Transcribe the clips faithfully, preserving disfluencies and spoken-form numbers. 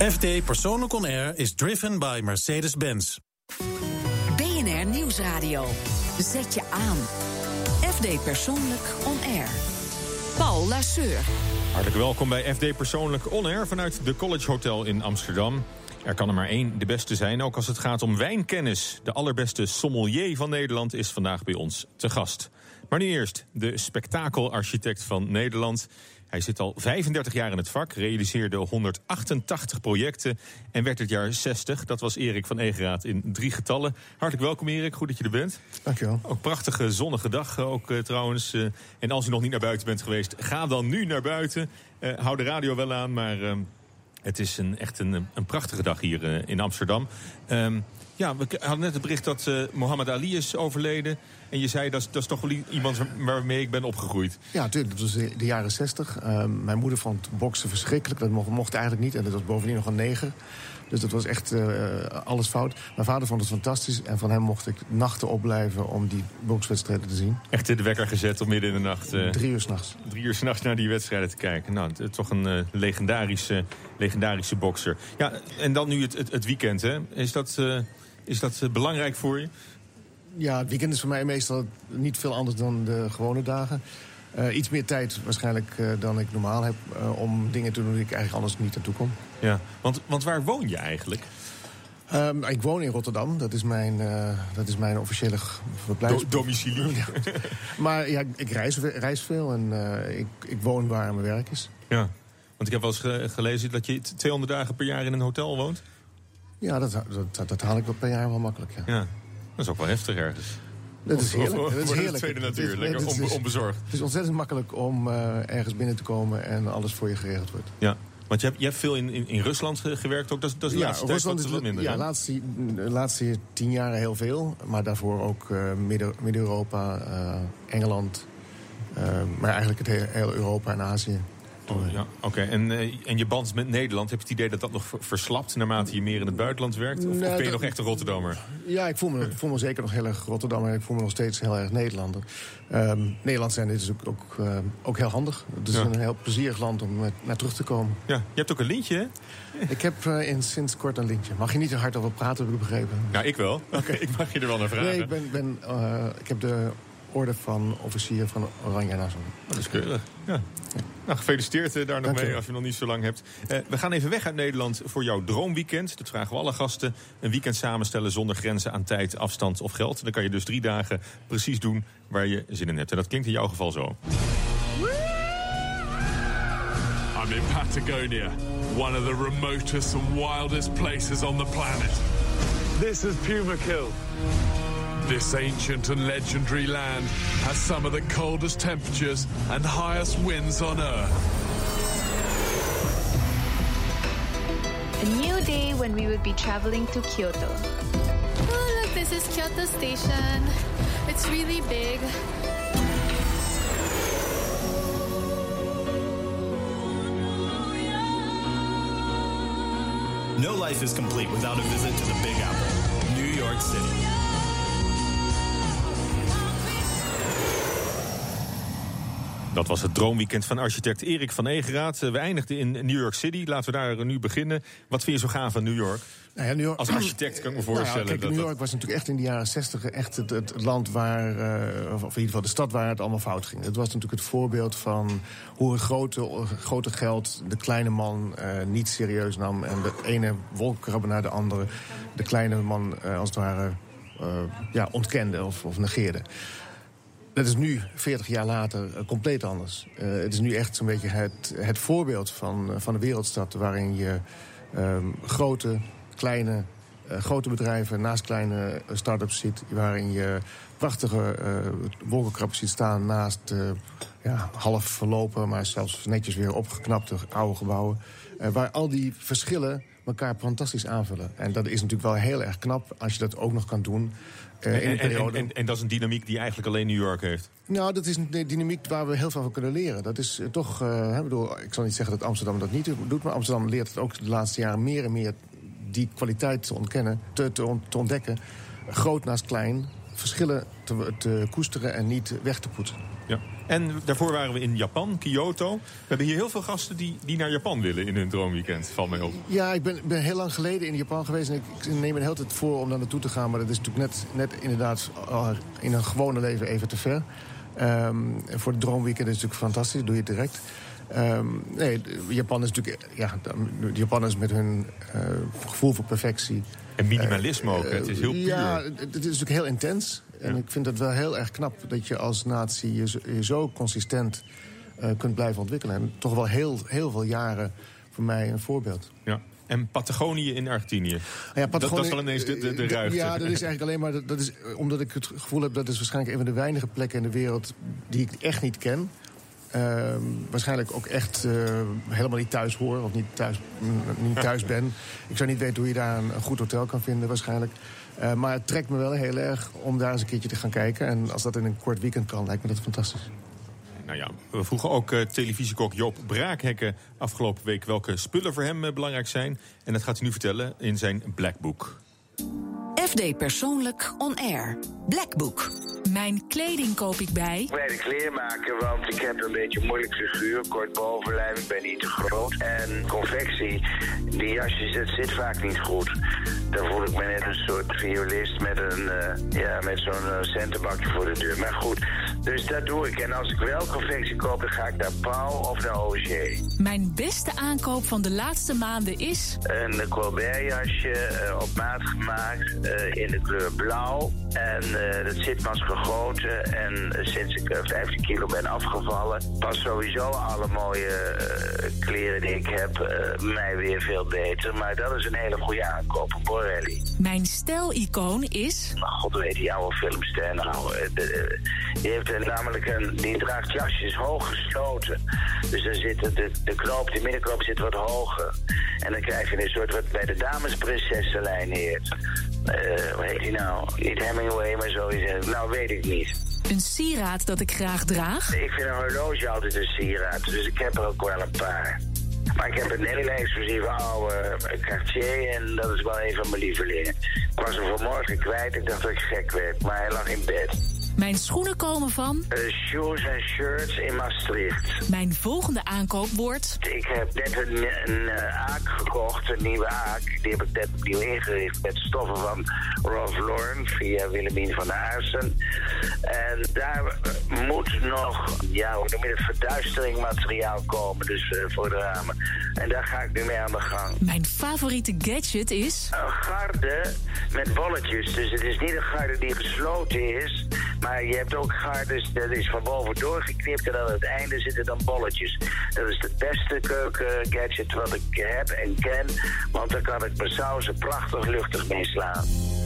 F D Persoonlijk On Air is driven by Mercedes-Benz. B N R Nieuwsradio. Zet je aan. F D Persoonlijk On Air. Paul Lasseur. Hartelijk welkom bij F D Persoonlijk On Air vanuit de College Hotel in Amsterdam. Er kan er maar één de beste zijn, ook als het gaat om wijnkennis. De allerbeste sommelier van Nederland is vandaag bij ons te gast. Maar nu eerst de spektakelarchitect van Nederland. Hij zit al vijfendertig jaar in het vak, realiseerde honderdachtentachtig projecten en werd het jaar zestig. Dat was Erik van Egeraat in drie getallen. Hartelijk welkom Erik, goed dat je er bent. Dankjewel. Ook prachtige zonnige dag ook uh, trouwens. Uh, en als u nog niet naar buiten bent geweest, ga dan nu naar buiten. Uh, hou de radio wel aan, maar uh, het is een, echt een, een prachtige dag hier uh, in Amsterdam. Um, ja, we hadden net het bericht dat uh, Mohammed Ali is overleden. En je zei, dat is, dat is toch wel iemand waarmee ik ben opgegroeid. Ja, natuurlijk. Dat was de, de jaren zestig. Uh, mijn moeder vond boksen verschrikkelijk. Dat mocht, mocht eigenlijk niet. En dat was bovendien nog een neger. Dus dat was echt uh, alles fout. Mijn vader vond het fantastisch. En van hem mocht ik nachten opblijven om die bokswedstrijden te zien. Echt in de wekker gezet om midden in de nacht... Uh, drie uur s'nachts. Drie uur s'nachts naar die wedstrijden te kijken. Nou, het is toch een uh, legendarische, legendarische bokser. Ja, en dan nu het, het, het weekend, hè. Is dat, uh, is dat uh, belangrijk voor je? Ja, het weekend is voor mij meestal niet veel anders dan de gewone dagen. Uh, iets meer tijd waarschijnlijk uh, dan ik normaal heb uh, om dingen te doen die ik eigenlijk anders niet naartoe kom. Ja, want, want waar woon je eigenlijk? Um, ik woon in Rotterdam, dat is mijn, uh, dat is mijn officiële verblijfs... Do- domicilie. Ja. Maar ja, ik reis, reis veel en uh, ik, ik woon waar mijn werk is. Ja, want ik heb wel eens ge- gelezen dat je tweehonderd dagen per jaar in een hotel woont. Ja, dat, dat, dat haal ik wel per jaar wel makkelijk, ja. Ja. Dat is ook wel heftig ergens. Dat is heerlijk. Of, of, dat is heerlijk. tweede natuur, het is, lekker het is, onbezorgd. Het is ontzettend makkelijk om uh, ergens binnen te komen en alles voor je geregeld wordt. Ja, want je hebt, je hebt veel in, in, in Rusland gewerkt ook. Dat is, dat is de ja, laatste tijd wat, wat minder. Ja, de laatste, de laatste tien jaar heel veel. Maar daarvoor ook uh, Midden, Midden-Europa, uh, Engeland. Uh, maar eigenlijk het hele, hele Europa en Azië. Oh, ja, oké. Okay. En, uh, en je band met Nederland, heb je het idee dat dat nog verslapt naarmate je meer in het buitenland werkt? Of, nee, of ben je dat, nog echt een Rotterdammer? Ja, ik voel, me, ik voel me zeker nog heel erg Rotterdammer. Ik voel me nog steeds heel erg Nederlander. Um, Nederland zijn dit is ook, ook, uh, ook heel handig. Het is ja. een heel plezierig land om met, naar terug te komen. Ja, je hebt ook een lintje, hè? Ik heb uh, in, sinds kort een lintje. Mag je niet te hard over praten, heb ik begrepen. Ja, ik wel. Okay. Ik mag je er wel naar vragen. Nee, ik, ben, ben, uh, ik heb de orde van officier van Oranje Nassau. Dat is keurig, ja. ja. Nou, gefeliciteerd uh, daar nog Dank mee, als je nog niet zo lang hebt. Uh, we gaan even weg uit Nederland voor jouw droomweekend. Dat vragen we alle gasten. Een weekend samenstellen zonder grenzen aan tijd, afstand of geld. Dan kan je dus drie dagen precies doen waar je zin in hebt. En dat klinkt in jouw geval zo. I'm in Patagonia, one of the remotest and wildest places on the planet. This is Puma Kill. This ancient and legendary land has some of the coldest temperatures and highest winds on Earth. A new day when we would be traveling to Kyoto. Oh, look, this is Kyoto Station. It's really big. No life is complete without a visit to the Big Apple, New York City. Dat was het droomweekend van architect Erik van Egeraat. We eindigden in New York City. Laten we daar nu beginnen. Wat vind je zo gaaf van New York? Nou ja, New York... Als architect kan ik me voorstellen. Nou ja, kijk, dat New York dat... was natuurlijk echt in de jaren zestig echt het, het land waar, uh, of in ieder geval de stad waar het allemaal fout ging. Het was natuurlijk het voorbeeld van hoe het grote, grote geld de kleine man uh, niet serieus nam. En de ene wolkenkrabber naar de andere de kleine man uh, als het ware uh, ja, ontkende of, of negeerde. Dat is nu, veertig jaar later, uh, compleet anders. Uh, het is nu echt zo'n beetje het, het voorbeeld van, uh, van de wereldstad waarin je um, grote, kleine, uh, grote bedrijven naast kleine uh, start-ups ziet, waarin je prachtige uh, wolkenkrabbers ziet staan naast uh, ja, half verlopen, maar zelfs netjes weer opgeknapte oude gebouwen. Uh, waar al die verschillen elkaar fantastisch aanvullen. En dat is natuurlijk wel heel erg knap als je dat ook nog kan doen. Uh, in en, periode. en, en, en dat is een dynamiek die eigenlijk alleen New York heeft? Nou, dat is een dynamiek waar we heel veel van kunnen leren. Dat is uh, toch, uh, ik bedoel, ik zal niet zeggen dat Amsterdam dat niet doet, maar Amsterdam leert het ook de laatste jaren meer en meer die kwaliteit te ontkennen, te, te, te ontdekken. Groot naast klein, verschillen te, te koesteren en niet weg te poetsen. Ja. En daarvoor waren we in Japan, Kyoto. We hebben hier heel veel gasten die, die naar Japan willen in hun droomweekend, valt mij op. Ja, ik ben, ben heel lang geleden in Japan geweest en ik, ik neem me de hele tijd voor om daar naartoe te gaan. Maar dat is natuurlijk net, net inderdaad in een gewone leven even te ver. Um, voor het droomweekend is het natuurlijk fantastisch, dat doe je direct. Um, nee, Japan is natuurlijk, ja, de Japanners met hun uh, gevoel voor perfectie. En minimalisme uh, ook, het is heel puur. Ja, het is natuurlijk heel intens. En ja. ik vind het wel heel erg knap dat je als natie je zo, je zo consistent uh, kunt blijven ontwikkelen. En toch wel heel, heel veel jaren voor mij een voorbeeld. Ja. En Patagonië in Argentinië. Ja, Patagonië, dat, dat is dan ineens de, de, de ruigte. Ja, dat is eigenlijk alleen maar... Dat, dat is, omdat ik het gevoel heb dat is waarschijnlijk een van de weinige plekken in de wereld die ik echt niet ken. Uh, waarschijnlijk ook echt uh, helemaal niet thuis hoor, of niet thuis, niet thuis ben. Ik zou niet weten hoe je daar een, een goed hotel kan vinden waarschijnlijk. Uh, maar het trekt me wel heel erg om daar eens een keertje te gaan kijken. En als dat in een kort weekend kan, lijkt me dat fantastisch. Nou ja, we vroegen ook uh, televisiekok Joop Braakhekken afgelopen week welke spullen voor hem uh, belangrijk zijn. En dat gaat hij nu vertellen in zijn Black Book. F D Persoonlijk On Air. Black Book. Mijn kleding koop ik bij... Bij de kleermaker, want ik heb een beetje een moeilijk figuur. Kort bovenlijf, ik ben niet te groot. En confectie, die jasjes, dat zit vaak niet goed. Dan voel ik me net een soort violist met, een, uh, ja, met zo'n uh, centenbakje voor de deur. Maar goed, dus dat doe ik. En als ik wel confectie koop, dan ga ik naar Pauw of naar O G. Mijn beste aankoop van de laatste maanden is... Een Colbert jasje, uh, op maat gemaakt, uh, in de kleur blauw. En uh, dat zit pas gegoten. En uh, sinds ik uh, vijftien kilo ben afgevallen, pas sowieso alle mooie uh, kleren die ik heb uh, mij weer veel beter. Maar dat is een hele goede aankoop, een Borelli. Mijn stijlicoon is... Nou, god weet die oude filmster nou. Uh, de, uh, die heeft uh, namelijk een, die draagt jasjes hoog gesloten. Dus dan zit de, de, de knoop, de middenknoop zit wat hoger. En dan krijg je een soort wat bij de damesprinsessenlijn heet. Uh, hoe heet die nou? Niet Hemingway, maar zoiets. Nou, weet ik niet. Een sieraad dat ik graag draag? Ik vind een horloge altijd een sieraad, dus ik heb er ook wel een paar. Maar ik heb een hele exclusieve oude Cartier en dat is wel een van mijn lievelingen. Ik was hem vanmorgen kwijt, ik dacht dat ik gek werd, maar hij lag in bed. Mijn schoenen komen van... Uh, shoes en shirts in Maastricht. Mijn volgende aankoop wordt... Ik heb net een, een uh, aak gekocht, een nieuwe aak. Die heb ik net opnieuw ingericht met stoffen van Ralph Lauren via Willemien van Aarsen. En daar uh, moet nog, ja, hoe noem je het, verduisteringmateriaal komen, dus uh, voor de ramen. En daar ga ik nu mee aan de gang. Mijn favoriete gadget is... Een garde met bolletjes. Dus het is niet een garde die gesloten is... Maar je hebt ook gardes, dat is van boven doorgeknipt en aan het einde zitten dan bolletjes. Dat is het beste keukengadget wat ik heb en ken, want dan kan ik mijn sauzen prachtig luchtig mee slaan.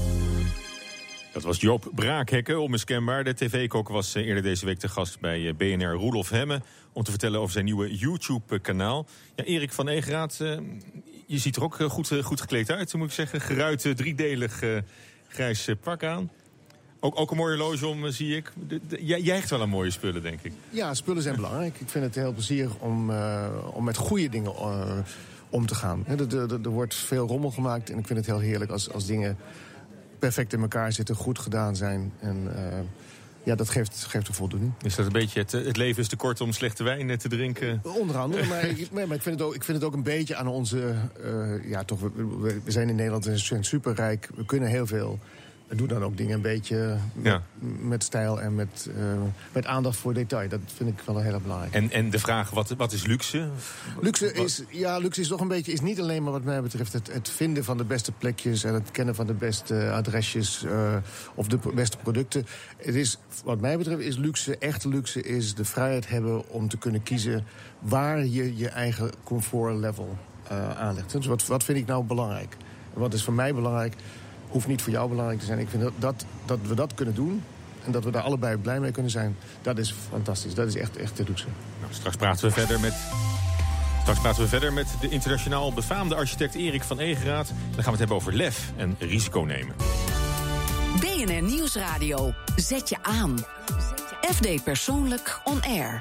Dat was Joop Braakhekken, onmiskenbaar. De tv-kok was eerder deze week te gast bij B N R Roelof Hemme om te vertellen over zijn nieuwe YouTube-kanaal. Ja, Erik van Egeraat, je ziet er ook goed, goed gekleed uit, moet ik zeggen. Geruit driedelig uh, grijs pak aan. Ook, ook een mooie horloge om, zie ik. De, de, jij, jij hecht wel aan mooie spullen, denk ik. Ja, spullen zijn belangrijk. Ik vind het heel plezierig om, uh, om met goede dingen uh, om te gaan. Er, er, er wordt veel rommel gemaakt en ik vind het heel heerlijk als, als dingen perfect in elkaar zitten, goed gedaan zijn. En uh, ja, dat geeft, geeft een voldoening. Is dat een beetje het, het leven is te kort om slechte wijn te drinken? Onder andere, maar, ik, maar ik, vind het ook, ik vind het ook een beetje aan onze... Uh, ja, toch, we, we zijn in Nederland we zijn superrijk, we kunnen heel veel... Doe dan ook dingen een beetje met, ja. met stijl en met, uh, met aandacht voor detail. Dat vind ik wel heel belangrijk. En, en de vraag, wat, wat is luxe? Luxe is, ja, luxe is toch een beetje, is niet alleen maar wat mij betreft het, het vinden van de beste plekjes en het kennen van de beste adresjes uh, of de beste producten. Het is, wat mij betreft is luxe, echte luxe, is de vrijheid hebben om te kunnen kiezen waar je je eigen comfortlevel uh, aanlegt. Dus wat, wat vind ik nou belangrijk? Wat is voor mij belangrijk? Hoeft niet voor jou belangrijk te zijn. Ik vind dat, dat, dat we dat kunnen doen en dat we daar allebei blij mee kunnen zijn, dat is fantastisch. Dat is echt, echt de luxe. Nou, straks praten we verder met... Straks praten we verder met de internationaal befaamde architect Erik van Egeraat. Dan gaan we het hebben over lef en risico nemen. B N R Nieuwsradio. Zet je aan. F D Persoonlijk On Air.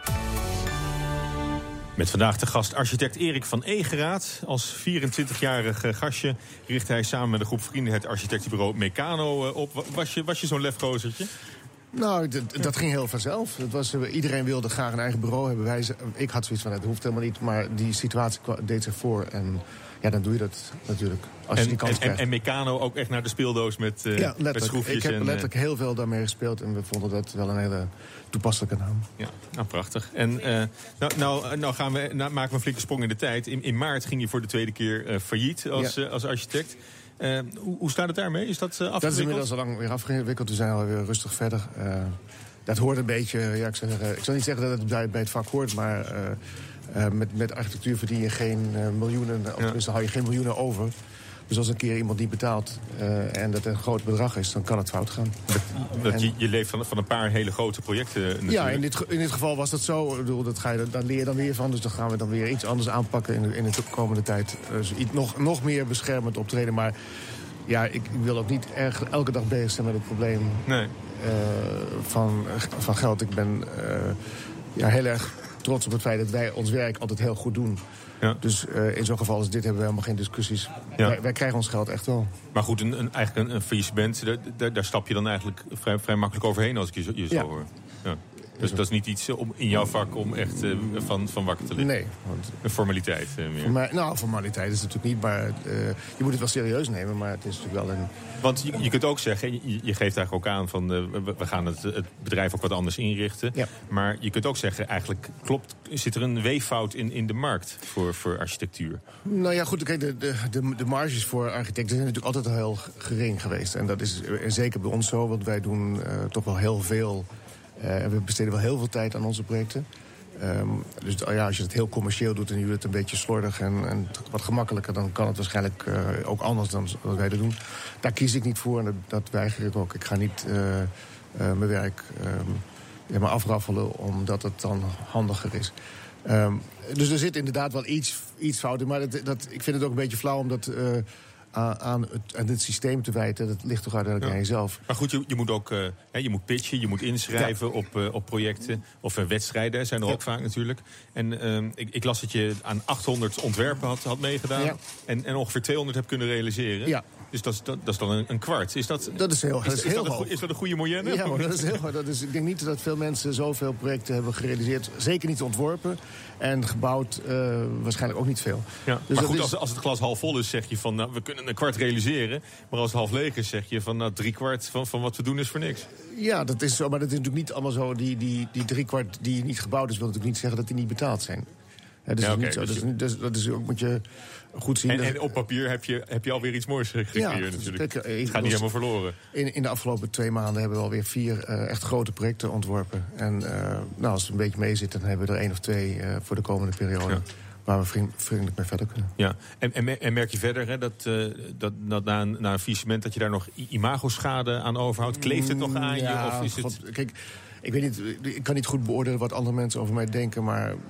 Met vandaag de gast architect Erik van Egeraat. Als vierentwintigjarig gastje richt hij samen met een groep vrienden het architectenbureau Meccano op. Was je, was je zo'n lefgozertje? Nou, d- dat ging heel vanzelf. Dat was, uh, iedereen wilde graag een eigen bureau hebben. Wij, ik had zoiets van, dat hoeft helemaal niet. Maar die situatie deed zich voor. En ja, dan doe je dat natuurlijk. Als en, je die kans en, krijgt. En Meccano ook echt naar de speeldoos met, uh, ja, met schroefjes. Ik heb en, letterlijk heel veel daarmee gespeeld. En we vonden dat wel een hele toepasselijke naam. Ja, nou prachtig. En uh, nou, nou, nou, gaan we, nou maken we een flinke sprong in de tijd. In, in maart ging je voor de tweede keer uh, failliet als, ja. uh, als architect. Uh, hoe, hoe staat het daarmee? Is dat uh, afgewikkeld? Dat is inmiddels al lang weer afgewikkeld. We zijn alweer rustig verder. Uh, dat hoort een beetje... Ja, ik, zou zeggen, ik zal niet zeggen dat het bij, bij het vak hoort, maar... Uh, uh, met, met architectuur verdien je geen uh, miljoenen... of tenminste hou je geen miljoenen over. Dus als een keer iemand niet betaalt uh, en dat een groot bedrag is, dan kan het fout gaan. Dat, dat en, je, je leeft van, van een paar hele grote projecten natuurlijk. Ja, in dit, in dit geval was dat zo. Ik bedoel, dat ga je, daar leer je dan weer van. Dus dan gaan we dan weer iets anders aanpakken in de, in de komende tijd. Dus iets, nog, nog meer beschermend optreden. Maar ja, ik, ik wil ook niet erg elke dag bezig zijn met het probleem nee. uh, van, van geld. Ik ben uh, ja, heel erg trots op het feit dat wij ons werk altijd heel goed doen. Ja. Dus uh, in zo'n geval als dit hebben we helemaal geen discussies. Ja. Wij, wij krijgen ons geld echt wel. Maar goed, een, een, eigenlijk een, een faillissement, daar, daar, daar stap je dan eigenlijk vrij, vrij makkelijk overheen als ik je, je zo ja. hoor. Ja. Dus dat is niet iets om, in jouw vak om echt uh, van, van wakker te liggen? Nee. Want een formaliteit uh, meer? Voor mij, nou, formaliteit is het natuurlijk niet, maar uh, je moet het wel serieus nemen. Maar het is natuurlijk wel een... Want je, je kunt ook zeggen, je, je geeft eigenlijk ook aan van uh, we, we gaan het, het bedrijf ook wat anders inrichten. Ja. Maar je kunt ook zeggen, eigenlijk klopt, zit er een weeffout in, in de markt voor, voor architectuur? Nou ja, goed, kijk, de, de, de, de marges voor architecten zijn natuurlijk altijd al heel gering geweest. En dat is zeker bij ons zo, want wij doen uh, toch wel heel veel... Uh, we besteden wel heel veel tijd aan onze projecten. Um, dus ja, als je het heel commercieel doet en je doet het een beetje slordig en, en wat gemakkelijker... dan kan het waarschijnlijk uh, ook anders dan wat wij dat doen. Daar kies ik niet voor en dat, dat weiger ik ook. Ik ga niet uh, uh, mijn werk um, ja, maar afraffelen omdat het dan handiger is. Um, dus er zit inderdaad wel iets, iets fout in. Maar dat, dat, ik vind het ook een beetje flauw omdat... Uh, Aan het, aan het systeem te wijten, dat ligt toch uiteindelijk ja. aan jezelf. Maar goed, je, je moet ook uh, je moet pitchen, je moet inschrijven ja. op, uh, op projecten. Of uh, wedstrijden zijn er ja. ook vaak natuurlijk. En uh, ik, ik las dat je aan achthonderd ontwerpen had, had meegedaan. Ja. En, en ongeveer tweehonderd hebt kunnen realiseren. Ja. Dus dat is, dat, dat is dan een, een kwart. Is dat, dat is heel, is, dat is is, heel dat hoog. Een, is dat een goede moyenne? Ja, maar dat is heel dat is, ik denk niet dat veel mensen zoveel projecten hebben gerealiseerd. Zeker niet ontworpen. En gebouwd uh, waarschijnlijk ook niet veel. Ja. Dus maar goed, is... als, als het glas half vol is, zeg je van... Nou, we kunnen een kwart realiseren. Maar als het half leeg is, zeg je van... Nou, drie kwart van, van wat we doen is voor niks. Ja, dat is zo. Maar dat is natuurlijk niet allemaal zo. Die, die, die drie kwart die niet gebouwd is, wil natuurlijk niet zeggen dat die niet betaald zijn. Ja, dus ja, okay, dat, is niet zo. Dus, dus, dat is ook moet je goed zien. En, en op papier heb je, heb je alweer iets moois gecreëerd ja, natuurlijk. Kijk, het gaat niet helemaal verloren. In, in de afgelopen twee maanden hebben we alweer vier uh, echt grote projecten ontworpen. En uh, nou, als het een beetje mee zit, dan hebben we er één of twee uh, voor de komende periode. Ja. Waar we vriend, vriendelijk mee verder kunnen. Ja, en, en, en merk je verder hè, dat, uh, dat, dat na een, na een faillissement dat je daar nog imagoschade aan overhoudt? Kleeft het nog aan ja, je? Of is God, het... Kijk, ik weet niet, ik kan niet goed beoordelen wat andere mensen over mij denken, maar uh,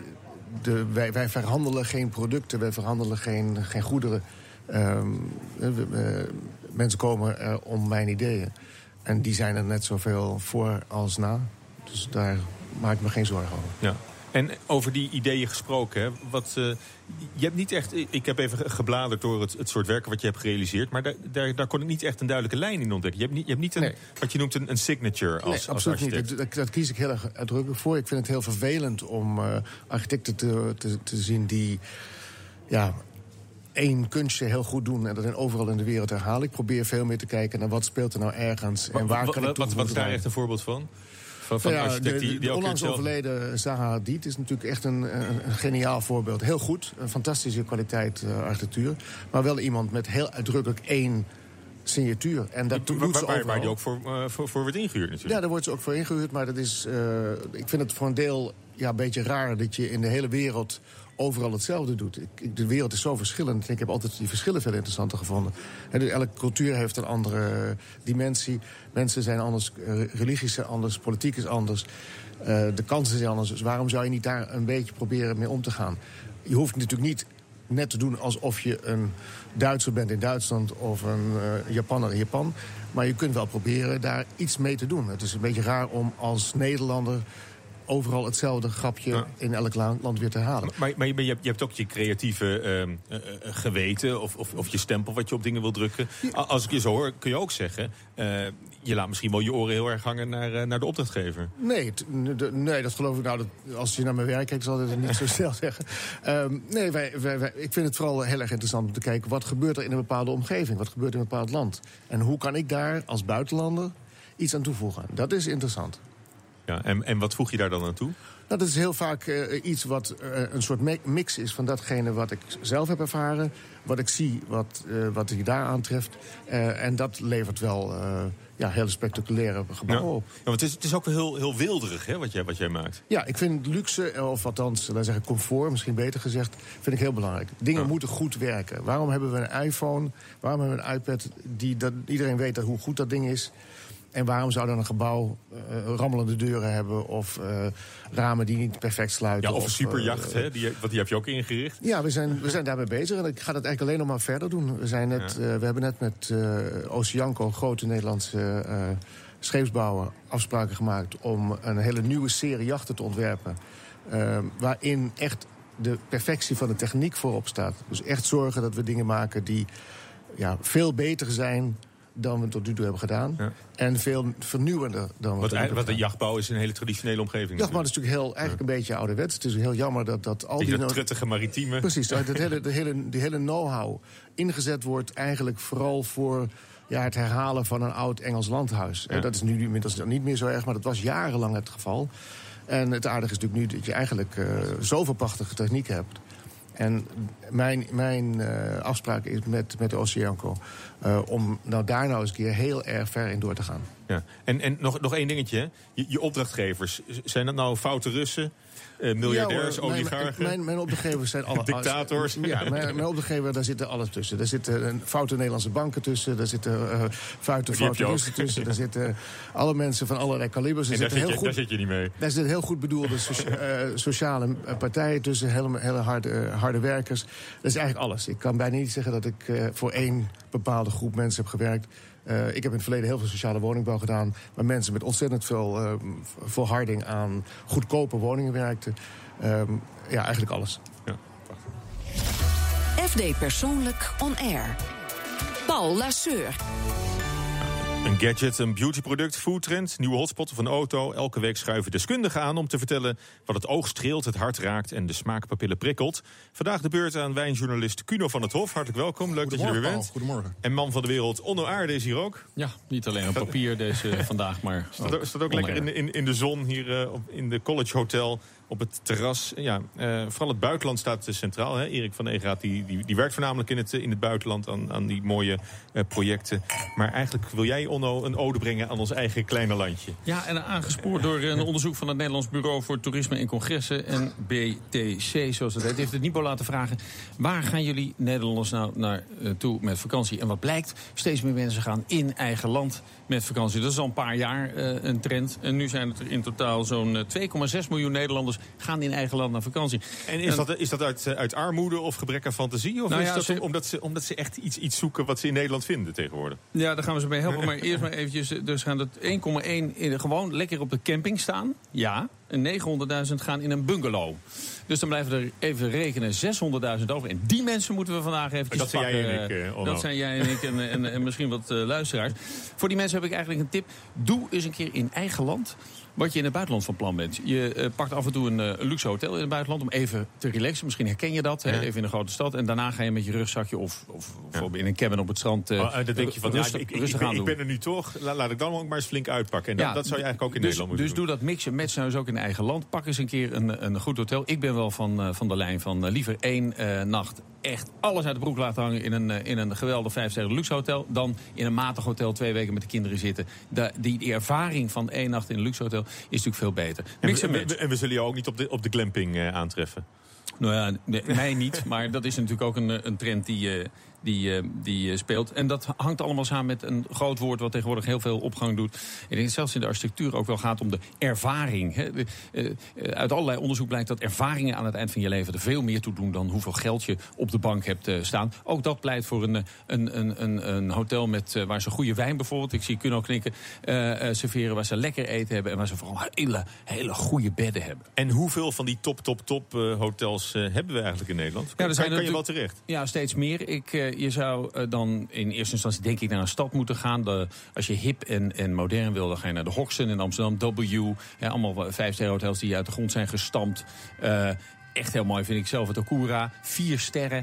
de, wij, wij verhandelen geen producten, wij verhandelen geen, geen goederen. Um, we, uh, mensen komen er om mijn ideeën. En die zijn er net zoveel voor als na. Dus daar maak ik me geen zorgen over. Ja. En over die ideeën gesproken, hè, wat, uh, je hebt niet echt... Ik heb even gebladerd door het, het soort werken wat je hebt gerealiseerd... maar daar, daar, daar kon ik niet echt een duidelijke lijn in ontdekken. Je hebt niet, je hebt niet een, nee. wat je noemt een, een signature als, nee, absoluut als architect. Niet. Dat, dat kies ik heel erg uitdrukkelijk voor. Ik vind het heel vervelend om uh, architecten te, te, te zien die... ja, één kunstje heel goed doen en dat in overal in de wereld herhalen. Ik probeer veel meer te kijken naar wat speelt er nou ergens... en waar kan ik wat, wat is daar echt een voorbeeld van? Van, van ja, de, die, die de onlangs overleden Zaha Hadid is natuurlijk echt een, een, een geniaal voorbeeld. Heel goed, een fantastische kwaliteit uh, architectuur. Maar wel iemand met heel uitdrukkelijk één signatuur. En dat doet ze waar, waar die ook voor, uh, voor, voor wordt ingehuurd natuurlijk. Ja, daar wordt ze ook voor ingehuurd. Maar dat is, uh, ik vind het voor een deel ja, een beetje raar dat je in de hele wereld... overal hetzelfde doet. Ik, de wereld is zo verschillend. En ik heb altijd die verschillen veel interessanter gevonden. En dus elke cultuur heeft een andere dimensie. Mensen zijn anders, uh, religies zijn anders, politiek is anders. Uh, de kansen zijn anders. Dus waarom zou je niet daar een beetje proberen mee om te gaan? Je hoeft natuurlijk niet net te doen alsof je een Duitser bent in Duitsland... of een uh, Japaner in Japan. Maar je kunt wel proberen daar iets mee te doen. Het is een beetje raar om als Nederlander... overal hetzelfde grapje ja. in elk land weer te halen. Maar, maar je, je hebt ook je creatieve uh, uh, geweten of, of, of je stempel wat je op dingen wil drukken. Ja. Als ik je zo hoor, kun je ook zeggen... Uh, je laat misschien wel je oren heel erg hangen naar, uh, naar de opdrachtgever. Nee, t- de, nee, dat geloof ik nou. Dat, als je naar mijn werk kijkt, zal ik het niet zo snel zeggen. Um, nee, wij, wij, wij, ik vind het vooral heel erg interessant om te kijken... wat gebeurt er in een bepaalde omgeving? Wat gebeurt er in een bepaald land? En hoe kan ik daar als buitenlander iets aan toevoegen? Dat is interessant. Ja, en, en wat voeg je daar dan aan toe? Nou, dat is heel vaak uh, iets wat uh, een soort mix is van datgene wat ik zelf heb ervaren... wat ik zie, wat, uh, wat ik daar aantreft. Uh, en dat levert wel uh, ja, hele spectaculaire gebouwen ja. op. Ja, want het is, het is ook wel heel, heel wilderig, hè, wat jij, wat jij maakt. Ja, ik vind luxe, of althans, daar zeg ik comfort, misschien beter gezegd... vind ik heel belangrijk. Dingen ja. moeten goed werken. Waarom hebben we een iPhone, waarom hebben we een iPad... die dat, iedereen weet dat, hoe goed dat ding is... En waarom zou dan een gebouw uh, rammelende deuren hebben... of uh, ramen die niet perfect sluiten? Ja, of een of, superjacht, uh, hè? Die, want die heb je ook ingericht. Ja, we zijn, we zijn daarmee bezig. En ik ga dat eigenlijk alleen nog maar verder doen. We, zijn net, ja. uh, we hebben net met uh, Oceanco, een grote Nederlandse uh, scheepsbouwer... afspraken gemaakt om een hele nieuwe serie jachten te ontwerpen... Uh, waarin echt de perfectie van de techniek voorop staat. Dus echt zorgen dat we dingen maken die ja, veel beter zijn... dan we tot nu toe hebben gedaan. Ja. En veel vernieuwender dan we wat, tot nu toe wat de jachtbouw is een hele traditionele omgeving. Jachtbouw is natuurlijk heel, eigenlijk ja. een beetje ouderwets. Het is heel jammer dat, dat al die... die no- truttige maritieme... Precies, dat hele, de hele, die hele know-how ingezet wordt eigenlijk vooral voor... Ja, het herhalen van een oud Engels landhuis. Ja. Dat is nu inmiddels niet meer zo erg, maar dat was jarenlang het geval. En het aardige is natuurlijk nu dat je eigenlijk uh, zoveel prachtige techniek hebt... En mijn, mijn uh, afspraak is met, met de Oceanco... Uh, om nou daar nou eens een keer heel erg ver in door te gaan. Ja. En, en nog, nog één dingetje, hè? Je, je opdrachtgevers, zijn dat nou foute Russen... Uh, miljardairs, ja, hoor, oligarchen? Mijn, mijn, mijn opdrachtgevers zijn alle... Dictators? Ja, mijn, mijn opdrachtgever, daar zitten alles tussen. Daar zitten foute Nederlandse banken tussen. Daar zitten uh, foute, foute Russen tussen. Daar zitten alle mensen van allerlei kalibers. En daar, zit je, goed, daar zit je niet mee. Daar zitten heel goed bedoelde socia- uh, sociale partijen tussen. Hele, hele harde, uh, harde werkers. Dat is eigenlijk alles. Ik kan bijna niet zeggen dat ik uh, voor één bepaalde groep mensen heb gewerkt. Uh, ik heb in het verleden heel veel sociale woningbouw gedaan... waar mensen met ontzettend veel uh, volharding aan goedkope woningen werkten. Um, ja, eigenlijk alles. Ja. F D Persoonlijk On Air. Paul Lasseur. Een gadget, een beautyproduct, foodtrend, nieuwe hotspot of een auto. Elke week schuiven deskundigen aan om te vertellen wat het oog streelt, het hart raakt en de smaakpapillen prikkelt. Vandaag de beurt aan wijnjournalist Cuno van het Hof. Hartelijk welkom, leuk dat je er weer bent. Goedemorgen. En man van de wereld, Onno Aarde is hier ook. Ja, niet alleen op papier deze vandaag, maar staat ook, staat ook lekker in de, in, in de zon hier uh, op, in de College Hotel. Op het terras. Ja, uh, vooral het buitenland staat centraal. Hè? Erik van Egeraat die, die, die werkt voornamelijk in het, in het buitenland aan, aan die mooie uh, projecten. Maar eigenlijk wil jij, Onno, een ode brengen aan ons eigen kleine landje. Ja, en aangespoord door een onderzoek van het Nederlands Bureau voor Toerisme en Congressen, N B T C, zoals het heet. Heeft het Nipo laten vragen, waar gaan jullie Nederlanders nou naartoe met vakantie? En wat blijkt, steeds meer mensen gaan in eigen land met vakantie. Dat is al een paar jaar uh, een trend. En nu zijn het er in totaal zo'n uh, twee komma zes miljoen Nederlanders gaan in eigen land naar vakantie. En is en, dat, is dat uit, uit armoede of gebrek aan fantasie? Of nou is ja, dat ze, omdat, ze, omdat ze echt iets, iets zoeken wat ze in Nederland vinden tegenwoordig? Ja, daar gaan we ze bij helpen. Maar eerst maar eventjes, dus gaan het één komma één in, gewoon lekker op de camping staan. Ja. En negenhonderdduizend gaan in een bungalow. Dus dan blijven er even rekenen zeshonderdduizend over. En die mensen moeten we vandaag eventjes dat pakken. Zijn jij en ik, uh, dat zijn jij en ik en, en, en misschien wat uh, luisteraars. Voor die mensen heb ik eigenlijk een tip. Doe eens een keer in eigen land wat je in het buitenland van plan bent. Je uh, pakt af en toe een, uh, een luxe hotel in het buitenland om even te relaxen. Misschien herken je dat, ja. hè, even in een grote stad. En daarna ga je met je rugzakje of, of, of ja. in een cabin op het strand uh, oh, dan denk je van, rustig, ja, ik, ik, rustig ik, aan ik, doen. ik ben er nu toch, laat, laat ik dan ook maar eens flink uitpakken. En ja, dat, dat zou je eigenlijk ook in dus, Nederland moeten dus doen. Dus doe dat mixen, matchen nou eens ook in eigen land. Pak eens een keer een, een goed hotel. Ik ben wel van, uh, van de lijn van uh, liever één uh, nacht echt alles uit de broek laten hangen in een, uh, in een geweldig vijfsterren luxe hotel dan in een matig hotel twee weken met de kinderen zitten. De, die, die ervaring van één nacht in een luxe hotel is natuurlijk veel beter. En we, en, we, en we zullen jou ook niet op de, op de glamping uh, aantreffen. Nou ja, nee, mij niet, maar dat is natuurlijk ook een, een trend die... Uh, Die, uh, die uh, speelt. En dat hangt allemaal samen met een groot woord wat tegenwoordig heel veel opgang doet. Ik denk dat zelfs in de architectuur ook wel gaat om de ervaring. Hè. De, uh, uh, uit allerlei onderzoek blijkt dat ervaringen aan het eind van je leven er veel meer toe doen dan hoeveel geld je op de bank hebt uh, staan. Ook dat pleit voor een, een, een, een, een hotel met, uh, waar ze goede wijn bijvoorbeeld, ik zie Kuno knikken, uh, uh, serveren, waar ze lekker eten hebben en waar ze vooral hele, hele goede bedden hebben. En hoeveel van die top, top, top uh, hotels uh, hebben we eigenlijk in Nederland? Ja, er zijn kan je wel terecht? Ja, steeds meer. Ik... Uh, Je zou uh, dan in eerste instantie denk ik naar een stad moeten gaan. De, als je hip en, en modern wil, dan ga je naar de Hoxton in Amsterdam. W, ja, allemaal vijfsterren hotels die uit de grond zijn gestampt. Uh, Echt heel mooi vind ik zelf het Okura. Vier sterren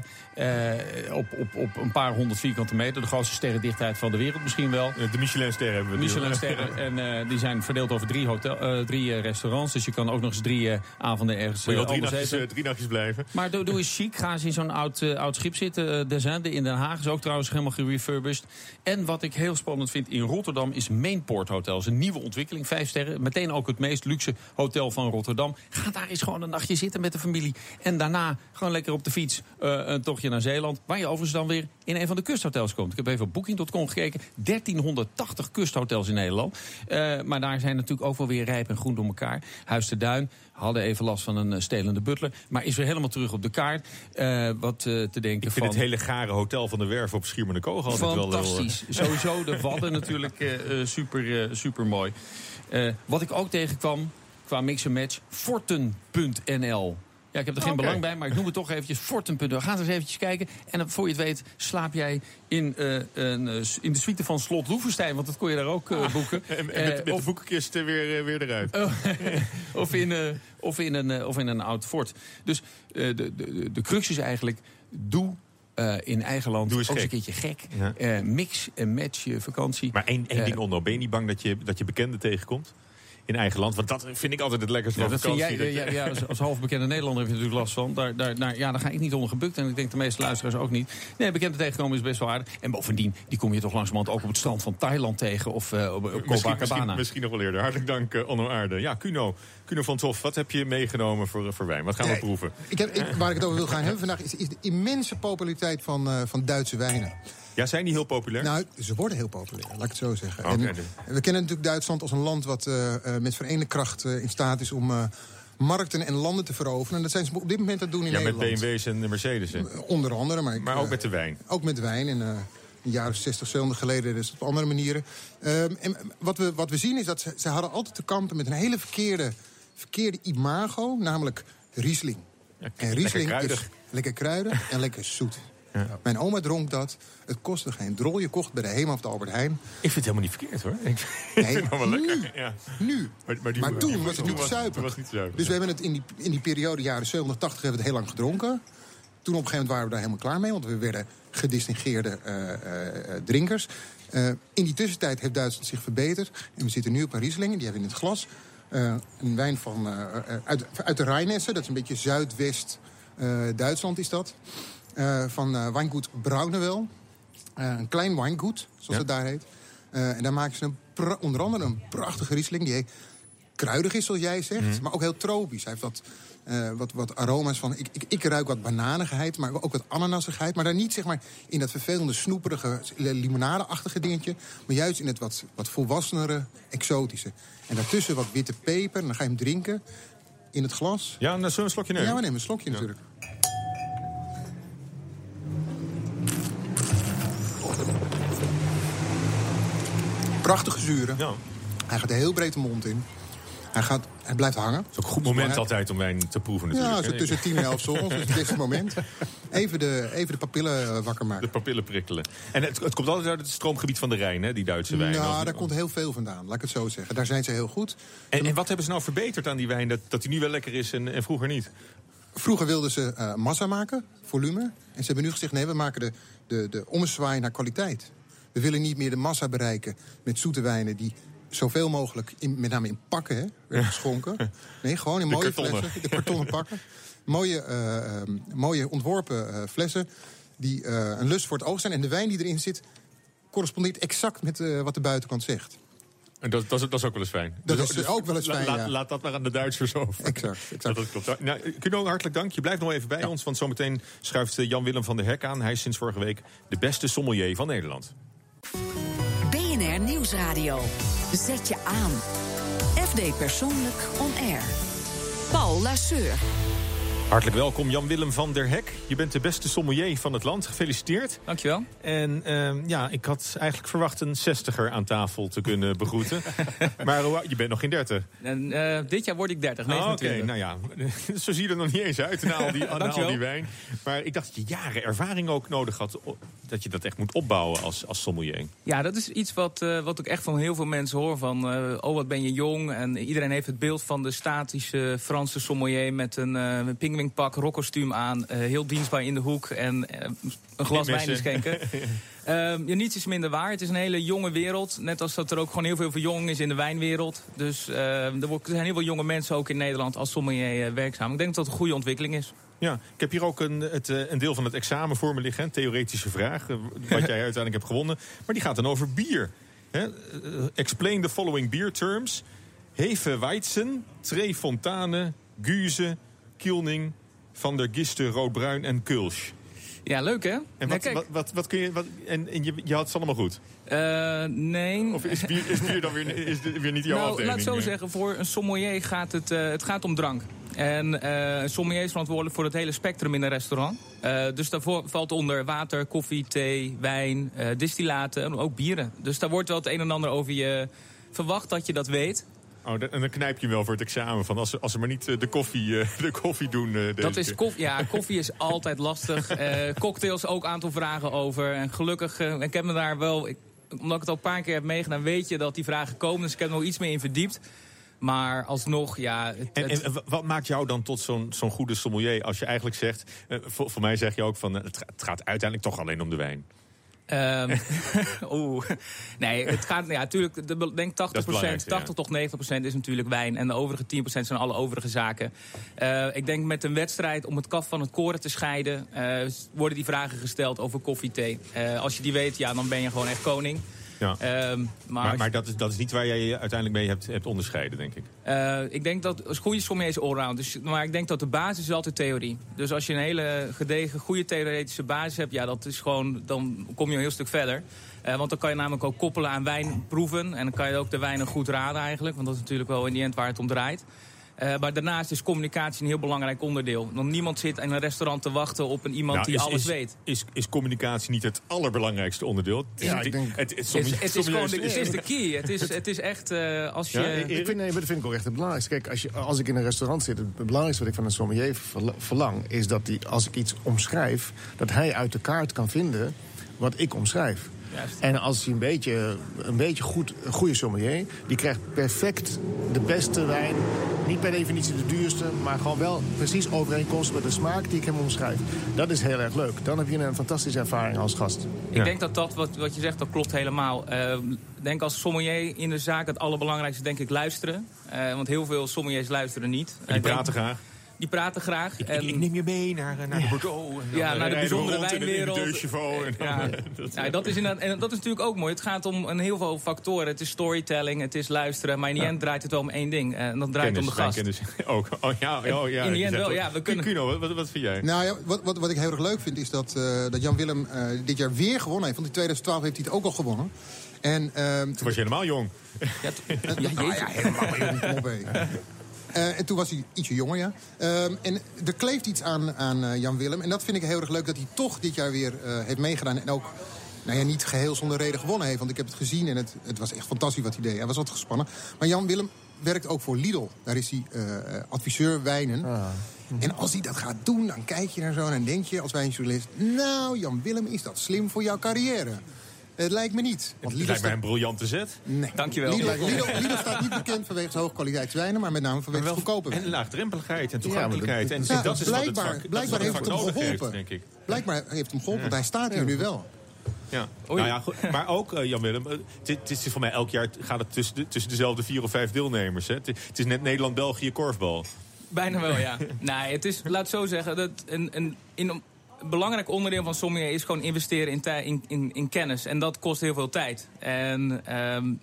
uh, op, op, op een paar honderd vierkante meter. De grootste sterrendichtheid van de wereld misschien wel. De Michelin-sterren hebben we. Michelin-sterren. En uh, die zijn verdeeld over drie, hotel, uh, drie uh, restaurants. Dus je kan ook nog eens drie uh, avonden ergens Moet je wel uh, drie, nachtjes, uh, drie nachtjes blijven. Maar doe, doe eens chic. Ga eens in zo'n oud, uh, oud schip zitten. Uh, Desinde in Den Haag is ook trouwens helemaal gerefurbished. En wat ik heel spannend vind in Rotterdam is Mainport Hotel. Dat is een nieuwe ontwikkeling. Vijf sterren. Meteen ook het meest luxe hotel van Rotterdam. Ga daar eens gewoon een nachtje zitten met de familie. En daarna gewoon lekker op de fiets uh, een tochtje naar Zeeland. Waar je overigens dan weer in een van de kusthotels komt. Ik heb even op booking punt com gekeken. dertienhonderdtachtig kusthotels in Nederland. Uh, maar daar zijn natuurlijk ook wel weer rijp en groen door elkaar. Huis te Duin hadden even last van een stelende butler. Maar is weer helemaal terug op de kaart. Uh, wat uh, te denken Ik vind van... het hele gare hotel van de Werf op Schiermonnikoog altijd wel... Fantastisch. Uh, Sowieso de Wadden natuurlijk uh, super, uh, super mooi. Uh, wat ik ook tegenkwam qua mix en match. Forten punt n l. Ja, ik heb er geen okay. belang bij, maar ik noem het toch eventjes Forten punt n l. Ga eens eventjes kijken. En dan, voor je het weet slaap jij in, uh, een, uh, in de suite van Slot Loevestein. Want dat kon je daar ook uh, boeken. Ah, en, en met, met uh, of, de boekenkist weer, uh, weer eruit. Uh, of, in, uh, of, in een, uh, of in een oud fort. Dus uh, de, de, de crux is eigenlijk... Doe uh, in eigen land ook eens een keertje gek. Ja. Uh, mix en match je vakantie. Maar één, één uh, ding onder. Ben je niet bang dat je, dat je bekenden tegenkomt? In eigen land, want dat vind ik altijd het lekkerste ja, van dat vakantie. Vind jij, ja, ja, als, als halfbekende Nederlander heb je natuurlijk last van. Daar, daar, daar, ja, daar ga ik niet onder gebukt en ik denk de meeste luisteraars ook niet. Nee, bekenden tegenkomen is best wel aardig. En bovendien, die kom je toch langzamerhand ook op het strand van Thailand tegen of uh, op, op misschien, Copacabana. Misschien, misschien nog wel eerder. Hartelijk dank, uh, Onno Aarde. Ja, Kuno, Kuno van Toff, wat heb je meegenomen voor, voor wijn? Wat gaan we ja, proeven? Ik heb, ik, waar ik het over wil gaan hebben vandaag is, is de immense populariteit van, uh, van Duitse wijnen. Ja, zijn die heel populair? Nou, ze worden heel populair, laat ik het zo zeggen. Okay, en, dus. We kennen natuurlijk Duitsland als een land wat uh, uh, met verenigde kracht uh, in staat is om uh, markten en landen te veroveren. En dat zijn ze op dit moment aan het doen in ja, Nederland. Ja, met B M W's en de Mercedes. Uh, onder andere. Maar, ik, maar ook uh, met de wijn. Ook met wijn. En, uh, een jaar of zestig, zeventig geleden dus op andere manieren. Uh, en wat we, wat we zien is dat ze, ze hadden altijd te kampen met een hele verkeerde, verkeerde imago, namelijk Riesling. Ja, en Riesling lekker is lekker kruidig en lekker zoet. Ja. Mijn oma dronk dat. Het kostte geen drol. Je kocht bij de Hema of de Albert Heijn. Ik vind het helemaal niet verkeerd, hoor. Ik nee, vind het wel lekker. Nu. Ja. nu. Maar, maar, die, maar toen die, was het niet te zuipen. Was niet zuipen. Dus ja. we hebben het in die, in die periode, jaren zeventig, tachtig, hebben we het heel lang gedronken. Toen op een gegeven moment waren we daar helemaal klaar mee. Want we werden gedistingeerde uh, uh, uh, drinkers. Uh, in die tussentijd heeft Duitsland zich verbeterd. En we zitten nu op een Riesling. Die hebben we in het glas. Uh, een wijn van, uh, uit, uit de Rijnesse. Dat is een beetje zuidwest uh, Duitsland is dat. Uh, van uh, Weingut Braunewel. Uh, een klein wijngoed, zoals ja. het daar heet. Uh, en daar maken ze een pra- onder andere een prachtige Riesling. Die kruidig is, zoals jij zegt. Mm. Maar ook heel tropisch. Hij heeft wat, uh, wat, wat aroma's van... Ik, ik, ik ruik wat bananigheid, maar ook wat ananasigheid. Maar daar niet zeg maar in dat vervelende, snoeperige, limonade-achtige dingetje. Maar juist in het wat, wat volwassenere, exotische. En daartussen wat witte peper. En dan ga je hem drinken in het glas. Ja, en dan zullen we een slokje nemen? Ja, we nemen een slokje ja. natuurlijk. Prachtige zuren. Ja. Hij gaat heel breed de mond in. Hij, gaat, hij blijft hangen. Het is ook een goed moment hij... altijd om wijn te proeven natuurlijk. Ja, zo tussen tien en elf 's ochtends. Dat is het beste moment. Even de, even de papillen wakker maken. De papillen prikkelen. En het, het komt altijd uit het stroomgebied van de Rijn, hè, die Duitse wijn. Nou, daar komt heel veel vandaan, laat ik het zo zeggen. Daar zijn ze heel goed. En, en wat hebben ze nou verbeterd aan die wijn, dat, dat die nu wel lekker is en, en vroeger niet? Vroeger wilden ze uh, massa maken, volume. En ze hebben nu gezegd, nee, we maken de, de, de ommezwaai naar kwaliteit. We willen niet meer de massa bereiken met zoete wijnen die zoveel mogelijk, in, met name in pakken, hè, werden geschonken. Nee, gewoon in de mooie kartonnen. flessen, de kartonnen pakken. Mooie, uh, um, mooie ontworpen uh, flessen die uh, een lust voor het oog zijn. En de wijn die erin zit correspondeert exact met uh, wat de buitenkant zegt. En dat, dat, is, dat is ook wel eens fijn. Dat dus, is dus, ook wel eens fijn, la, ja. laat, laat dat maar aan de Duitsers over. Exact, exact. Dat klopt. Nou, Kuno, hartelijk dank. Je blijft nog even bij ja. ons, want zometeen schuift Jan-Willem van der Hek aan. Hij is sinds vorige week de beste sommelier van Nederland. B N R Nieuwsradio. Zet je aan. F D Persoonlijk On Air. Paul Lasseur. Hartelijk welkom, Jan-Willem van der Hek. Je bent de beste sommelier van het land. Gefeliciteerd. Dankjewel. En uh, ja, ik had eigenlijk verwacht een zestiger aan tafel te kunnen begroeten. Maar uh, je bent nog geen dertig. En, uh, dit jaar word ik dertig, oh, Oké, okay. Nou ja, zo zie je er nog niet eens uit na al die, na al die wijn. Maar ik dacht dat je jaren ervaring ook nodig had. Dat je dat echt moet opbouwen als, als sommelier. Ja, dat is iets wat, uh, wat ik echt van heel veel mensen hoor. Van, uh, oh, wat ben je jong. En iedereen heeft het beeld van de statische Franse sommelier met een uh, pingwingpak, rockkostuum aan. Uh, heel dienstbaar in de hoek en uh, een glas wijn inschenken. uh, ja, niets is minder waar. Het is een hele jonge wereld. Net als dat er ook gewoon heel veel verjonging is in de wijnwereld. Dus uh, er zijn heel veel jonge mensen ook in Nederland als sommelier uh, werkzaam. Ik denk dat dat een goede ontwikkeling is. Ja, ik heb hier ook een, het, een deel van het examen voor me liggen. Een theoretische vraag, wat jij uiteindelijk hebt gewonnen. Maar die gaat dan over bier. He? Explain the following beer terms. Hefeweizen, Tre Fontane, Guze, Kielning, Van der Giste, Roodbruin en Kulsch. Ja, leuk hè? En wat, ja, wat, wat, wat kun je. Wat, en en je, je had het allemaal goed? Uh, nee. Of is bier, is bier dan weer, is weer niet jouw nou, afdeling? Laat het zo zeggen, voor een sommelier gaat het, uh, het gaat om drank. En uh, een sommelier is verantwoordelijk voor het hele spectrum in een restaurant. Uh, dus daarvoor valt onder water, koffie, thee, wijn, uh, distillaten en ook bieren. Dus daar wordt wel het een en ander over je verwacht dat je dat weet. Oh, en dan knijp je hem wel voor het examen van als ze, als ze maar niet de koffie, de koffie doen. Deze dat is koffie, ja, koffie is altijd lastig. Uh, cocktails ook een aantal vragen over. En gelukkig, uh, ik heb me daar wel, ik, omdat ik het al een paar keer heb meegedaan, weet je dat die vragen komen. Dus ik heb er nog iets meer in verdiept. Maar alsnog, ja... Het, en, en wat maakt jou dan tot zo'n zo'n goede sommelier als je eigenlijk zegt... Uh, voor, voor mij zeg je ook van, uh, het, het gaat uiteindelijk toch alleen om de wijn. Um, Oeh. Nee, het gaat... Ja, natuurlijk, de, denk tachtig procent, tachtig tot negentig procent is natuurlijk wijn. En de overige tien procent zijn alle overige zaken. Uh, ik denk met een wedstrijd om het kaf van het koren te scheiden... Uh, worden die vragen gesteld over koffie, thee. Uh, als je die weet, ja, dan ben je gewoon echt koning. Ja. Um, maar maar, maar dat, is, dat is niet waar jij je uiteindelijk mee hebt, hebt onderscheiden, denk ik. Uh, ik denk dat als goede sommelier is allround. Dus, maar ik denk dat de basis is altijd theorie. Dus als je een hele gedegen, goede theoretische basis hebt... ja, dat is gewoon, dan kom je een heel stuk verder. Uh, want dan kan je namelijk ook koppelen aan wijnproeven. En dan kan je ook de wijnen goed raden eigenlijk. Want dat is natuurlijk wel in die end waar het om draait. Uh, maar daarnaast is communicatie een heel belangrijk onderdeel. Want niemand zit in een restaurant te wachten op een iemand nou, die is, alles is, weet. Is, is communicatie niet het allerbelangrijkste onderdeel? Ja, ik denk... Het, het, het, het is gewoon de, het is de key. Het is, het is echt uh, als je... Ja, ik vind, nee, maar dat vind ik ook echt het belangrijkste. Kijk, als, je, als ik in een restaurant zit, het belangrijkste wat ik van een sommelier verlang... is dat die, als ik iets omschrijf, dat hij uit de kaart kan vinden wat ik omschrijf. Juist. En als hij een beetje, een beetje goed, een goede sommelier... die krijgt perfect de beste wijn. Niet per definitie de duurste, maar gewoon wel precies overeenkomstig met de smaak die ik hem omschrijf. Dat is heel erg leuk. Dan heb je een fantastische ervaring als gast. Ik ja. denk dat dat, wat, wat je zegt, dat klopt helemaal. Ik uh, denk als sommelier in de zaak het allerbelangrijkste denk ik luisteren. Uh, want heel veel sommeliers luisteren niet. En die praten denk, graag. Die praten graag. Ik, en... ik, ik neem je mee naar, naar de Bordeaux. En ja, naar de bijzondere wijnwereld. En de ja, dat, ja, dat is inderdaad, en dat is natuurlijk ook mooi. Het gaat om een heel veel factoren. Het is storytelling, het is luisteren. Maar in die ja. end draait het wel om één ding. En dat draait kennis, om de gast. Kennis. Ook. Oh, ja, oh, ja, in die end wel, ja. We kunnen... Kuno, wat, wat vind jij? Nou ja, wat, wat, wat ik heel erg leuk vind is dat, uh, dat Jan-Willem uh, dit jaar weer gewonnen heeft. Want in tweeduizend twaalf heeft hij het ook al gewonnen. En, uh, toen was je helemaal jong. Ja, uh, ja, nou, ja, helemaal jong. Kom op, hé. Uh, en toen was hij ietsje jonger, ja. Uh, en er kleeft iets aan, aan uh, Jan-Willem. En dat vind ik heel erg leuk dat hij toch dit jaar weer uh, heeft meegedaan. En ook nou ja, niet geheel zonder reden gewonnen heeft. Want ik heb het gezien en het, het was echt fantastisch wat hij deed. Hij was wat gespannen. Maar Jan-Willem werkt ook voor Lidl. Daar is hij uh, adviseur wijnen. Ah. En als hij dat gaat doen, dan kijk je naar zo en dan denk je als wijnjournalist... nou, Jan-Willem, is dat slim voor jouw carrière? Het lijkt me niet. Want het lijkt mij een briljante zet. Nee. Dankjewel. Lidl, Lidl, Lidl staat niet bekend vanwege zijn hoogkwaliteitswijnen... maar met name vanwege het goedkope wijn. En laagdrempeligheid en toegankelijkheid. Ja, en ja, dat is blijkbaar, wat het vak, blijkbaar dat heeft het hem geholpen. Heeft, denk ik. Blijkbaar heeft hem geholpen, ja. want hij staat hier ja. nu wel. Ja. Nou ja, goed. Maar ook, uh, Jan-Willem, het is voor mij elk jaar gaat het tussen, de, tussen dezelfde vier of vijf deelnemers. Hè? Het is net Nederland-België korfbal. Bijna wel, ja. Nee, het is, laat het zo zeggen, dat een, een, in een belangrijk onderdeel van sommelier is gewoon investeren in, in, in, in kennis. En dat kost heel veel tijd. En um,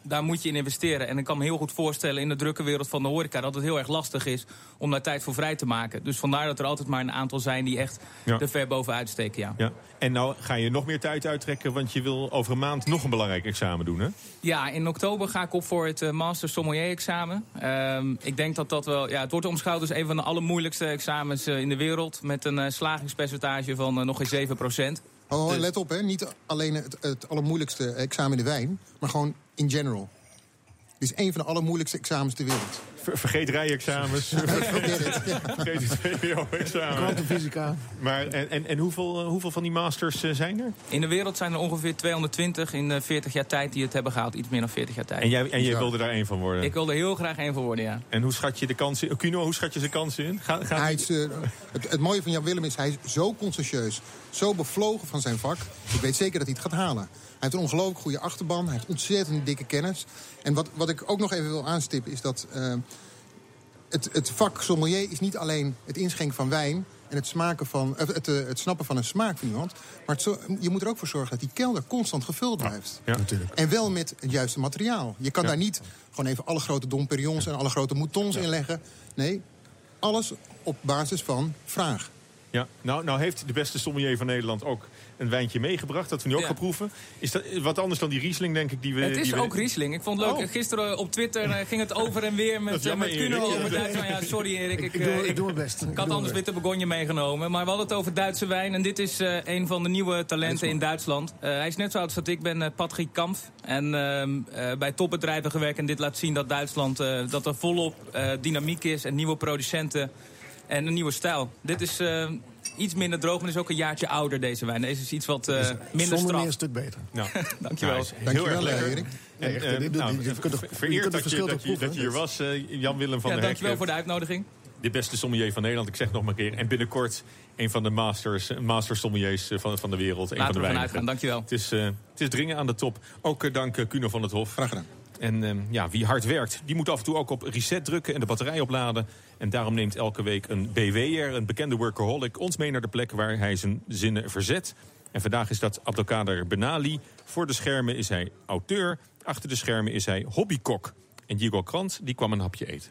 daar moet je in investeren. En ik kan me heel goed voorstellen in de drukke wereld van de horeca dat het heel erg lastig is om daar tijd voor vrij te maken. Dus vandaar dat er altijd maar een aantal zijn die echt ja. er ver bovenuit steken. Ja. Ja. En nou ga je nog meer tijd uittrekken, want je wil over een maand nog een belangrijk examen doen, hè? Ja, in oktober ga ik op voor het uh, Master Sommelier examen. Um, ik denk dat dat wel, ja, het wordt omschouwd als een van de allermoeilijkste examens uh, in de wereld. Met een uh, slagingspercentage van uh, nog geen zeven procent. Oh, dus... let op, hè. Niet alleen het, het allermoeilijkste examen in de wijn, maar gewoon in general. Dit is een van de allermoeilijkste examens ter wereld. Ver, vergeet rijexamens. vergeet het, ja. Vergeet het V W O-examen. Kwantumfysica. Maar en, en, en hoeveel, hoeveel van die masters uh, zijn er? In de wereld zijn er ongeveer tweehonderdtwintig in uh, veertig jaar tijd die het hebben gehaald. Iets meer dan veertig jaar tijd. En jij, en jij ja. wilde daar één van worden? Ik wilde heel graag één van worden, ja. En hoe schat je de kansen in? Kuno, hoe schat je zijn kansen in? Ga, ga... Hij is, uh, het, het mooie van Jan Willem is, hij is zo conscientieus, zo bevlogen van zijn vak. Ik weet zeker dat hij het gaat halen. Hij heeft een ongelooflijk goede achterban. Hij heeft ontzettend dikke kennis. En wat, wat ik ook nog even wil aanstippen is dat Uh, het, het vak sommelier is niet alleen het inschenken van wijn en het, smaken van, uh, het, uh, het snappen van een smaak van iemand. Maar het zo, je moet er ook voor zorgen dat die kelder constant gevuld blijft. Ja, natuurlijk. En wel met het juiste materiaal. Je kan ja. daar niet gewoon even alle grote Dom Pérignons en alle grote Moutons ja. in leggen. Nee, alles op basis van vraag. Ja, nou, nou heeft de beste sommelier van Nederland ook een wijntje meegebracht, dat we nu ook ja. gaan proeven. Is dat wat anders dan die Riesling, denk ik? Die we, het is die we... ook Riesling. Ik vond het leuk. Oh. Gisteren op Twitter uh, ging het over en weer met, uh, met Kuno over Duitsland. Ja, sorry Erik. Ik, ik, doe, uh, ik doe het best. Ik, ik had anders witte Bourgogne meegenomen. Maar we hadden het over Duitse wijn. En dit is uh, een van de nieuwe talenten in Duitsland. Uh, hij is net zo oud als ik ben, uh, Patrick Kampf. En uh, uh, bij topbedrijven gewerkt. En dit laat zien dat Duitsland uh, dat er volop uh, dynamiek is. En nieuwe producenten. En een nieuwe stijl. Dit is uh, iets minder droog, maar is ook een jaartje ouder, deze wijn. Deze is iets wat uh, minder strak. een stuk beter. Nou, dankjewel. Nou, heel dankjewel, erg lekker. Erik. En, uh, uh, nou, je kunt vereerd dat je, dat, je, dat je hier was, uh, Jan Willem van ja, der Hek. Dankjewel voor de uitnodiging. De beste sommelier van Nederland, ik zeg nog maar een keer. En binnenkort een van de masters, master sommeliers van, van de wereld. Laten een van de we vanuit gaan, dankjewel. Het is, uh, het is dringen aan de top. Ook uh, dank uh, Kuno van het Hof. Graag gedaan. En uh, ja, wie hard werkt, die moet af en toe ook op reset drukken en de batterij opladen. En daarom neemt elke week een B W'er, een bekende workaholic, ons mee naar de plek waar hij zijn zinnen verzet. En vandaag is dat Abdelkader Benali. Voor de schermen is hij auteur, achter de schermen is hij hobbykok. En Diego Krant, die kwam een hapje eten.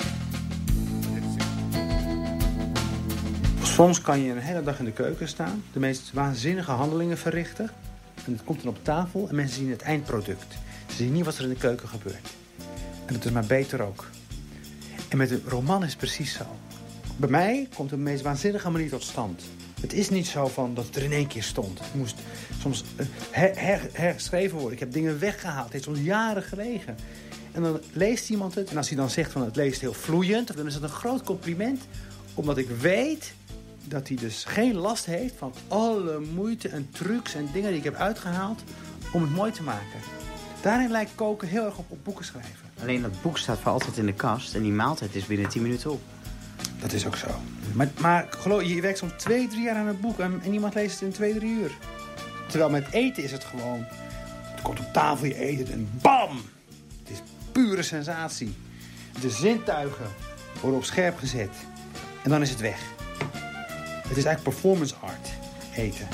Soms kan je een hele dag in de keuken staan, de meest waanzinnige handelingen verrichten. En het komt dan op tafel en mensen zien het eindproduct. Ze zien niet wat er in de keuken gebeurt. En dat is maar beter ook. En met een roman is het precies zo. Bij mij komt het op de meest waanzinnige manier tot stand. Het is niet zo van dat het er in één keer stond. Het moest soms her, her, herschreven worden. Ik heb dingen weggehaald. Het heeft soms jaren gelegen. En dan leest iemand het. En als hij dan zegt van het leest heel vloeiend, dan is dat een groot compliment. Omdat ik weet dat hij dus geen last heeft van alle moeite en trucs en dingen die ik heb uitgehaald om het mooi te maken. Daarin lijkt koken heel erg op, op boeken schrijven. Alleen dat boek staat voor altijd in de kast en die maaltijd is binnen tien minuten op. Dat is ook zo. Maar, maar geloof je, je werkt soms twee, drie jaar aan een boek en, en iemand leest het in twee, drie uur. Terwijl met eten is het gewoon, het komt op tafel, je eet het en bam! Het is pure sensatie. De zintuigen worden op scherp gezet en dan is het weg. Het is eigenlijk performance art, eten.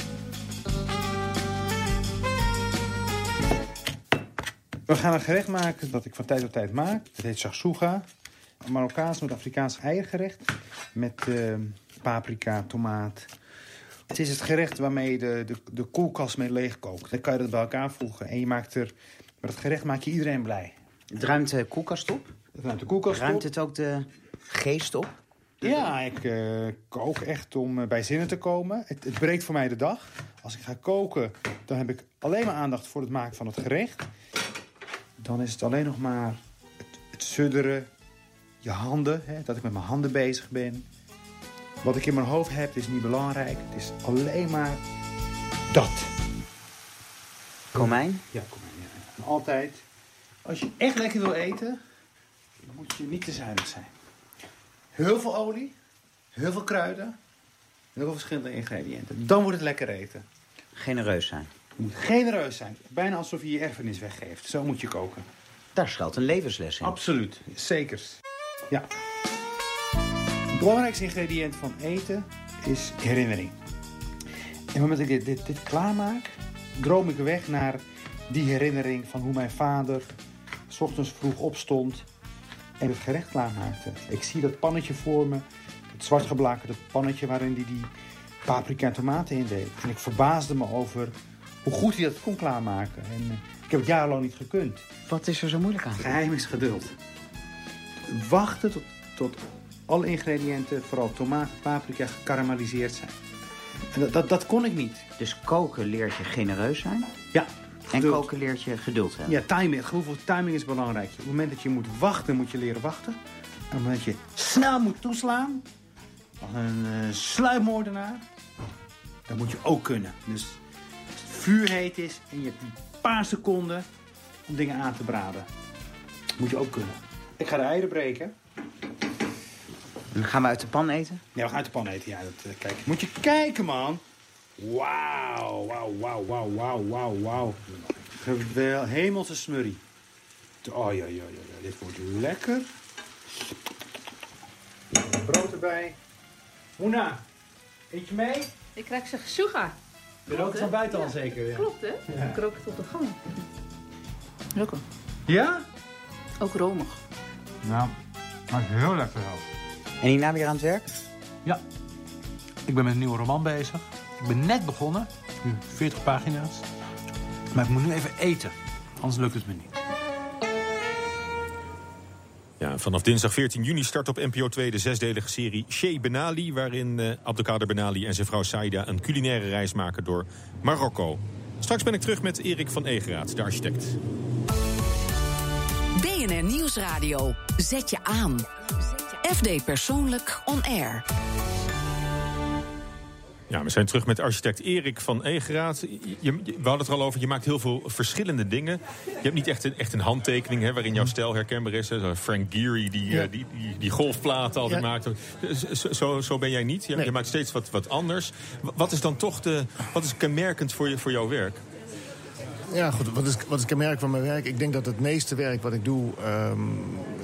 We gaan een gerecht maken dat ik van tijd tot tijd maak. Het heet shakshuka. Een Marokkaans met Afrikaans eiergerecht. Met uh, paprika, tomaat. Het is het gerecht waarmee je de, de, de koelkast mee leegkookt. Dan kan je dat bij elkaar voegen. En je maakt er, met het gerecht maak je iedereen blij. Het ruimt de koelkast op? Het ruimt de koelkast ruimt op. het ook de geest op? Ja, ik uh, kook echt om uh, bij zinnen te komen. Het, het breekt voor mij de dag. Als ik ga koken, dan heb ik alleen maar aandacht voor het maken van het gerecht. Dan is het alleen nog maar het, het sudderen, je handen, hè, dat ik met mijn handen bezig ben. Wat ik in mijn hoofd heb, is niet belangrijk. Het is alleen maar dat. Komijn? Ja, komijn. Ja. En altijd, als je echt lekker wil eten, moet je niet te zuinig zijn. Heel veel olie, heel veel kruiden, heel veel verschillende ingrediënten. Dan wordt het lekker eten. Genereus zijn. Je moet genereus zijn. Bijna alsof je je erfenis weggeeft. Zo moet je koken. Daar schuilt een levensles in. Absoluut. Zeker. Ja. Het belangrijkste ingrediënt van eten is herinnering. En op het moment dat ik dit, dit, dit klaarmaak, droom ik weg naar die herinnering van hoe mijn vader 's ochtends vroeg opstond en het gerecht klaarmaakte. Ik zie dat pannetje voor me, het zwart geblakerde pannetje waarin hij die paprika en tomaten in deed. En ik verbaasde me over hoe goed hij dat kon klaarmaken. En uh, ik heb het jarenlang niet gekund. Wat is er zo moeilijk aan? Het geheim is geduld. Wachten tot, tot alle ingrediënten, vooral tomaten, paprika, gekarameliseerd zijn. En dat, dat, dat kon ik niet. Dus koken leert je genereus zijn? Ja. En geduld. Koken leert je geduld hebben? Ja, timing. Het gevoel voor timing is belangrijk. Op het moment dat je moet wachten, moet je leren wachten. En op het moment dat je snel moet toeslaan, als een uh, sluipmoordenaar, dan moet je ook kunnen. Dus als het vuur heet is en je hebt die paar seconden om dingen aan te braden, moet je ook kunnen. Ik ga de eieren breken. En gaan we uit de pan eten? Ja, we gaan uit de pan eten. Ja, dat, uh, kijk. Moet je kijken, man. Wauw, wauw, wauw, wauw, wauw, wauw, wauw. Gewel, hemelse smurrie. Oh ja, ja, ja, ja, dit wordt lekker. Brood erbij. Moena, eet je mee? Ik krijg ze gesuga. Je rookt van buiten ja. al zeker. Ja. Klopt, hè? Ja. Ik rook het op de gang. Lekker. Ja? Ook romig. Nou, maar heel lekker ook. En hierna weer aan het werk? Ja. Ik ben met een nieuwe roman bezig. Ik ben net begonnen. Nu veertig pagina's. Maar ik moet nu even eten. Anders lukt het me niet. Ja, vanaf dinsdag veertien juni start op N P O twee de zesdelige serie Chez Benali, waarin uh, Abdelkader Benali en zijn vrouw Saida een culinaire reis maken door Marokko. Straks ben ik terug met Erik van Egeraat, de architect. B N R Nieuwsradio. Zet je aan. F D Persoonlijk On Air. Ja, we zijn terug met architect Erik van Egeraat. Je, je, we hadden het er al over, je maakt heel veel verschillende dingen. Je hebt niet echt een, echt een handtekening, hè, waarin jouw stijl herkenbaar is. Hè. Frank Gehry, die, ja. uh, die, die, die golfplaten altijd ja. maakt. Zo, zo, zo ben jij niet. Je, nee. je maakt steeds wat, wat anders. Wat is dan toch de, wat is kenmerkend voor, je, voor jouw werk? Ja, goed. Wat is, wat is kenmerkend van mijn werk? Ik denk dat het meeste werk wat ik doe Um,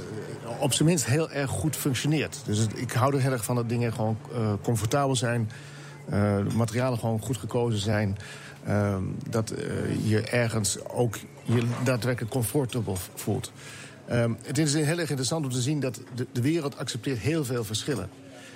op zijn minst heel erg goed functioneert. Dus het, ik hou er heel erg van dat dingen gewoon uh, comfortabel zijn. Uh, de materialen gewoon goed gekozen zijn. Uh, dat uh, je ergens ook je daadwerkelijk comfortabel voelt. Uh, het is heel erg interessant om te zien dat de, de wereld accepteert heel veel verschillen.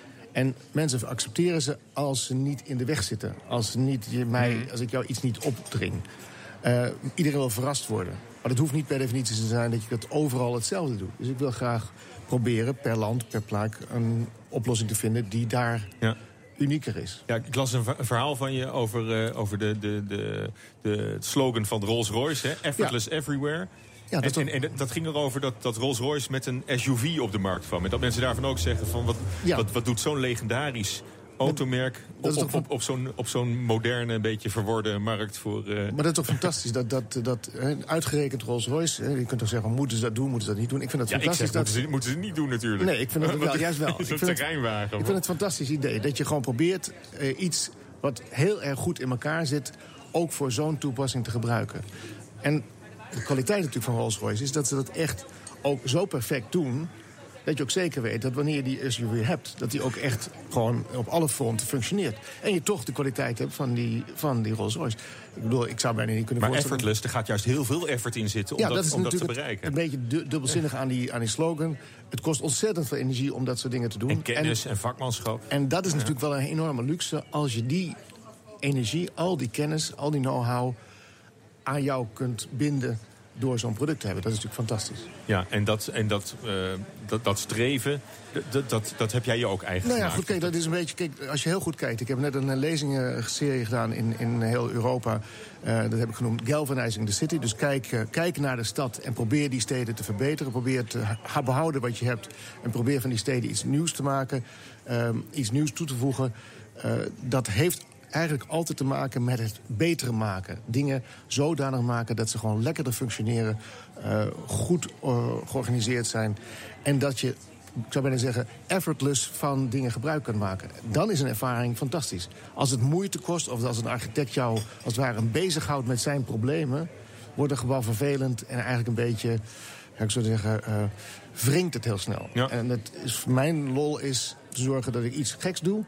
En mensen accepteren ze als ze niet in de weg zitten. Als, ze niet, je mij, als ik jou iets niet opdring. Uh, iedereen wil verrast worden. Maar dat hoeft niet per definitie te zijn dat je dat overal hetzelfde doet. Dus ik wil graag proberen per land, per plek een oplossing te vinden die daar ja. unieker is. Ja, ik las een verhaal van je over, uh, over de, de, de, de slogan van Rolls-Royce, hè? Effortless ja. everywhere. Ja, dat en, en, en dat ging erover dat, dat Rolls-Royce met een S U V op de markt kwam. En dat mensen daarvan ook zeggen van wat, ja. wat, wat doet zo'n legendarisch automerk op, op, op, op zo'n op zo'n moderne, een beetje verworde markt voor... Uh... Maar dat is toch fantastisch, dat, dat, dat uitgerekend Rolls-Royce... je kunt toch zeggen, moeten ze dat doen, moeten ze dat niet doen? Ik vind dat ja, fantastisch. Ik zeg, dat... moeten, ze, moeten ze niet doen natuurlijk. Nee, ik vind dat wel, juist wel. Ik vind, het, ik vind het een fantastisch idee, dat je gewoon probeert uh, iets wat heel erg goed in elkaar zit... ook voor zo'n toepassing te gebruiken. En de kwaliteit natuurlijk van Rolls-Royce is dat ze dat echt ook zo perfect doen... dat je ook zeker weet dat wanneer je die S U V hebt... dat die ook echt gewoon op alle fronten functioneert. En je toch de kwaliteit hebt van die, van die Rolls-Royce. Ik bedoel, ik zou bijna niet kunnen maar voorstellen... effortless, er gaat juist heel veel effort in zitten om, ja, dat, dat, is om dat te bereiken. Een beetje dubbelzinnig aan die, aan die slogan. Het kost ontzettend veel energie om dat soort dingen te doen. En kennis en, en vakmanschap. En dat is ja. natuurlijk wel een enorme luxe... als je die energie, al die kennis, al die know-how... aan jou kunt binden... door zo'n product te hebben. Dat is natuurlijk fantastisch. Ja, en dat, en dat, uh, dat, dat streven, dat, dat, dat heb jij je ook eigen Nou ja, gemaakt. goed, kijk, dat is een beetje... Kijk, als je heel goed kijkt... Ik heb net een lezingenserie gedaan in, in heel Europa. Uh, dat heb ik genoemd Galvanizing the City. Dus kijk, uh, kijk naar de stad en probeer die steden te verbeteren. Probeer te ha- behouden wat je hebt. En probeer van die steden iets nieuws te maken. Uh, iets nieuws toe te voegen. Uh, dat heeft... eigenlijk altijd te maken met het beter maken. Dingen zodanig maken dat ze gewoon lekkerder functioneren... Uh, goed uh, georganiseerd zijn. En dat je, ik zou bijna zeggen, effortless van dingen gebruik kan maken. Dan is een ervaring fantastisch. Als het moeite kost, of als een architect jou als het ware bezighoudt met zijn problemen... wordt een gebouw vervelend en eigenlijk een beetje, ja, ik zou zeggen, uh, wringt het heel snel. Ja. En het is, mijn lol is te zorgen dat ik iets geks doe...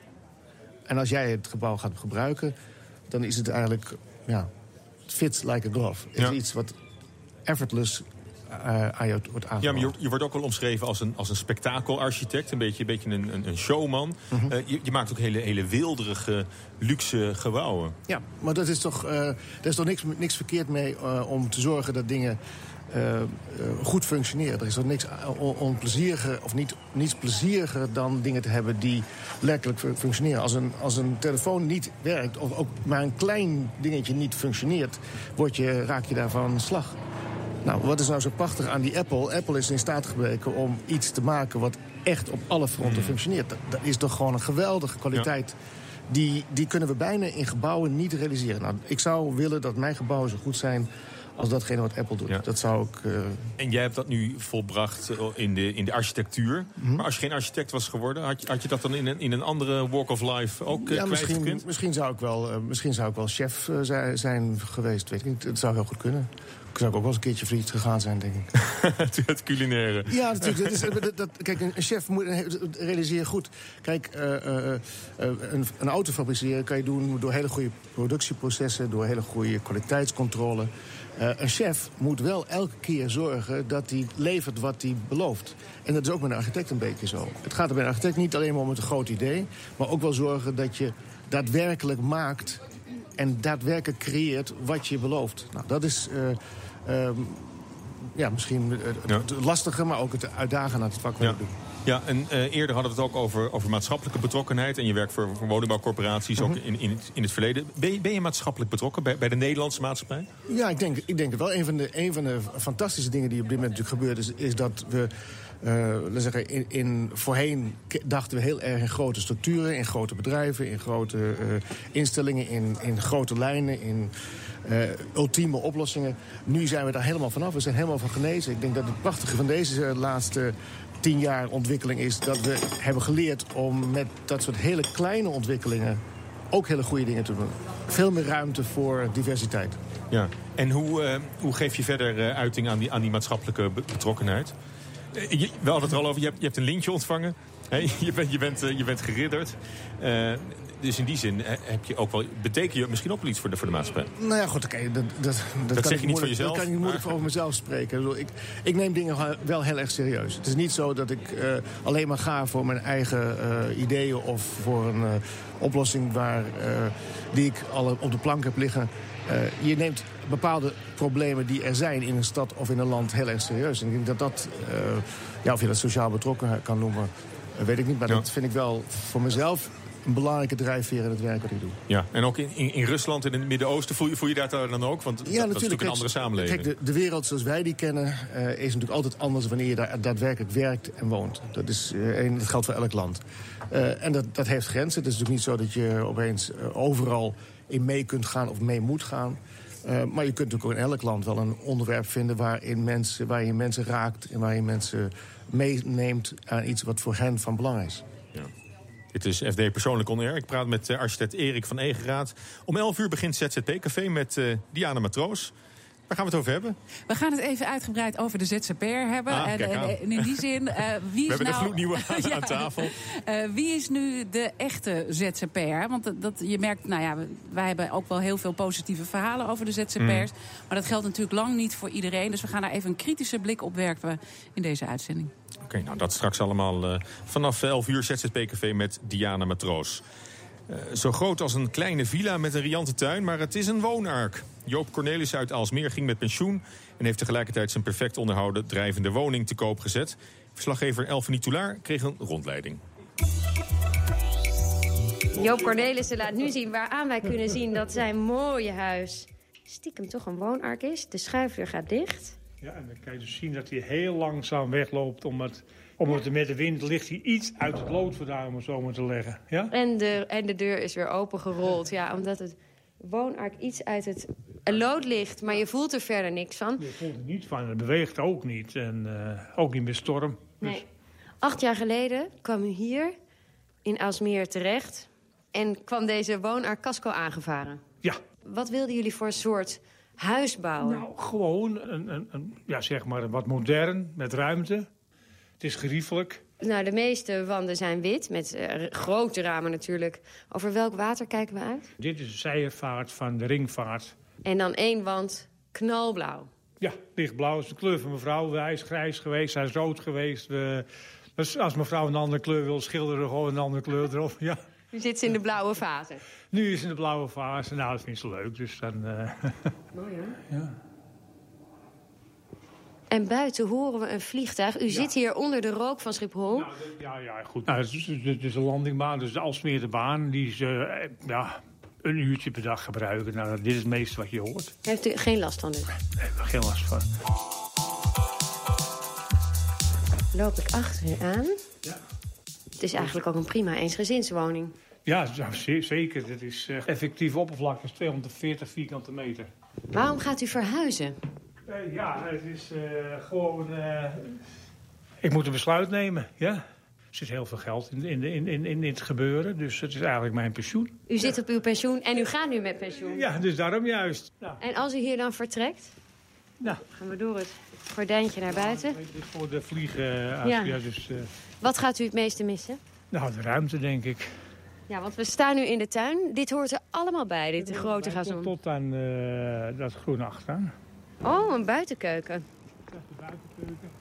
En als jij het gebouw gaat gebruiken, dan is het eigenlijk, ja, it fits like a glove. Het ja. is iets wat effortless uh, aan je wordt aangeboden. Ja, maar je, je wordt ook wel omschreven als een, als een spektakelarchitect. Een beetje, een, beetje een, een, een showman. Mm-hmm. uh, je, je maakt ook hele, hele weelderige, luxe gebouwen. Ja, maar dat is toch, uh, er is toch niks, niks verkeerd mee uh, om te zorgen dat dingen uh, uh, goed functioneren. Er is toch niks on, onplezieriger of niet, niets plezieriger dan dingen te hebben die werkelijk functioneren. Als een, als een telefoon niet werkt of ook maar een klein dingetje niet functioneert, word je, raak je daarvan slag. Nou, wat is nou zo prachtig aan die Apple? Apple is in staat gebleken om iets te maken wat echt op alle fronten mm. functioneert. Dat, dat is toch gewoon een geweldige kwaliteit. Ja. Die, die kunnen we bijna in gebouwen niet realiseren. Nou, ik zou willen dat mijn gebouwen zo goed zijn als datgene wat Apple doet. Ja. Dat zou ik... Uh... En jij hebt dat nu volbracht in de, in de architectuur. Mm-hmm. Maar als je geen architect was geworden, had je, had je dat dan in een, in een andere walk of life ook uh, ja, kwijtgekund? Misschien, misschien, zou ik wel, uh, misschien zou ik wel chef uh, zijn, zijn geweest. Weet ik niet. Dat zou heel goed kunnen. Ik zou ook wel eens een keertje failliet gegaan zijn, denk ik. Het culinaire. Ja, natuurlijk. Dat is, dat, dat, kijk, een chef moet realiseer goed. Kijk, uh, uh, uh, een, een auto fabriceren kan je doen door hele goede productieprocessen, door hele goede kwaliteitscontrole. Uh, een chef moet wel elke keer zorgen dat hij levert wat hij belooft. En dat is ook met een architect een beetje zo. Het gaat er bij een architect niet alleen maar om het een groot idee, maar ook wel zorgen dat je daadwerkelijk maakt en daadwerkelijk creëert wat je belooft. Nou, dat is uh, uh, ja, misschien uh, ja. het lastige, maar ook het uitdagen aan het vak wat ja. ik doe. Ja, en uh, eerder hadden we het ook over, over maatschappelijke betrokkenheid. En je werkt voor, voor woningbouwcorporaties mm-hmm. ook in, in, het, in het verleden. Ben je, ben je maatschappelijk betrokken bij, bij de Nederlandse maatschappij? Ja, ik denk, ik denk het wel. Een van, de, een van de fantastische dingen die op dit moment natuurlijk gebeurt is, is dat we... Uh, laten zeggen, in, in, voorheen dachten we heel erg in grote structuren, in grote bedrijven, in grote uh, instellingen, in, in grote lijnen, in uh, ultieme oplossingen. Nu zijn we daar helemaal vanaf. We zijn helemaal van genezen. Ik denk dat het prachtige van deze uh, laatste tien jaar ontwikkeling is dat we hebben geleerd om met dat soort hele kleine ontwikkelingen ook hele goede dingen te doen. Veel meer ruimte voor diversiteit. Ja. En hoe, uh, hoe geef je verder uh, uiting aan die, aan die maatschappelijke betrokkenheid? Uh, je, we hadden het er al over, je hebt, je hebt een lintje ontvangen. He, je, bent, je, bent, uh, je bent geridderd. Uh, dus in die zin uh, heb je ook wel, beteken je misschien ook wel iets voor de, voor de maatschappij? Nou ja, goed, oké. Okay, dat, dat, dat, dat zeg je niet van jezelf? Dat kan ik niet moeilijk over mezelf spreken. Ik, bedoel, ik, ik neem dingen wel heel erg serieus. Het is niet zo dat ik uh, alleen maar ga voor mijn eigen uh, ideeën of voor een uh, oplossing waar, uh, die ik al op de plank heb liggen. Uh, je neemt bepaalde problemen die er zijn in een stad of in een land heel erg serieus. En ik denk dat dat, uh, ja, of je dat sociaal betrokken kan noemen, uh, weet ik niet. Maar ja. dat vind ik wel voor mezelf een belangrijke drijfveer in het werk wat ik doe. Ja, en ook in, in, in Rusland en in het Midden-Oosten voel je, voel je daar dan ook? Want ja, dat, dat is natuurlijk een andere samenleving. Kijk, de, de wereld zoals wij die kennen uh, is natuurlijk altijd anders wanneer je daar daadwerkelijk werkt en woont. Dat, is, uh, en dat geldt voor elk land. Uh, en dat, dat heeft grenzen. Het is natuurlijk niet zo dat je opeens uh, overal in mee kunt gaan of mee moet gaan. Uh, maar je kunt natuurlijk ook in elk land wel een onderwerp vinden waarin mensen, waar je mensen raakt en waar je mensen meeneemt aan iets wat voor hen van belang is. Ja. Dit is F D Persoonlijk On Air. Ik praat met uh, architect Erik van Egeraat. Om elf uur begint Z Z P-café met uh, Diana Matroos. Waar gaan we het over hebben? We gaan het even uitgebreid over de Z Z P'er hebben. Ah, en, en, en in die zin, uh, wie we is hebben nou... de gloednieuwe aan, ja, aan tafel. Uh, wie is nu de echte Z Z P'er? Want dat, dat, je merkt, nou ja, wij hebben ook wel heel veel positieve verhalen over de Z Z P'ers. Mm. Maar dat geldt natuurlijk lang niet voor iedereen. Dus we gaan daar even een kritische blik op werpen in deze uitzending. Oké, okay, nou dat straks allemaal uh, vanaf elf uur Z Z P-café met Diana Matroos. Uh, zo groot als een kleine villa met een riante tuin, maar het is een woonark. Joop Cornelis uit Aalsmeer ging met pensioen en heeft tegelijkertijd zijn perfect onderhouden drijvende woning te koop gezet. Verslaggever Elfanie Toulaar kreeg een rondleiding. Joop Cornelissen laat nu zien waaraan wij kunnen zien dat zijn mooie huis stiekem toch een woonark is. De schuifdeur gaat dicht. Ja, en dan kan je dus zien dat hij heel langzaam wegloopt. Omdat, omdat er met de wind ligt hij iets uit het lood vandaan, om het zo maar te leggen. Ja? En, de, en de deur is weer opengerold. Ja, omdat het woonark iets uit het lood ligt. Maar je voelt er verder niks van. Je voelt er niet van. Het beweegt ook niet. En uh, ook niet met storm. Dus... Nee. Acht jaar geleden kwam u hier in Aalsmeer terecht. En kwam deze woonark Casco aangevaren. Ja. Wat wilden jullie voor een soort huis bouwen? Nou, gewoon een, een, een, ja, zeg maar wat modern, met ruimte. Het is geriefelijk. Nou, de meeste wanden zijn wit, met uh, grote ramen natuurlijk. Over welk water kijken we uit? Dit is de zijenvaart van de ringvaart. En dan één wand knalblauw. Ja, lichtblauw is de kleur van mijn vrouw. Hij is grijs geweest, hij is rood geweest. We, dus als mevrouw een andere kleur wil schilderen, gewoon een andere kleur erop. Ja. Nu zit ze in de blauwe fase. Nu is ze in de blauwe fase. Nou, dat vindt ze leuk. Dus dan, uh... Mooi hoor. Ja. En buiten horen we een vliegtuig. U ja. zit hier onder de rook van Schiphol. Nou, ja, ja, goed. Nou, het, is, het is een landingbaan, dus de Alsmeerde baan. Die is uh, ja, een uurtje per dag gebruiken. Nou, dit is het meeste wat je hoort. Heeft u geen last van dus? Nee, daar heb ik geen last van. Loop ik achter u aan. Ja. Het is eigenlijk ook een prima eensgezinswoning. Ja, zeker. Het is uh, effectief oppervlak is tweehonderdveertig vierkante meter. Waarom gaat u verhuizen? Uh, ja, het is uh, gewoon... Uh, ik moet een besluit nemen, ja. Er zit heel veel geld in, in, in, in, in het gebeuren, dus het is eigenlijk mijn pensioen. U zit op uw pensioen en u gaat nu met pensioen? Ja, dus daarom juist. Nou. En als u hier dan vertrekt? Nou. Gaan we door het gordijntje naar buiten? Dit is voor de vliegen. Uh, ja. Ja, dus, uh... Wat gaat u het meeste missen? Nou, de ruimte, denk ik. Ja, want we staan nu in de tuin. Dit hoort er allemaal bij, dit grote gazon. Tot, tot aan uh, dat groene achteraan. Oh, een buitenkeuken. Ja, de buitenkeuken.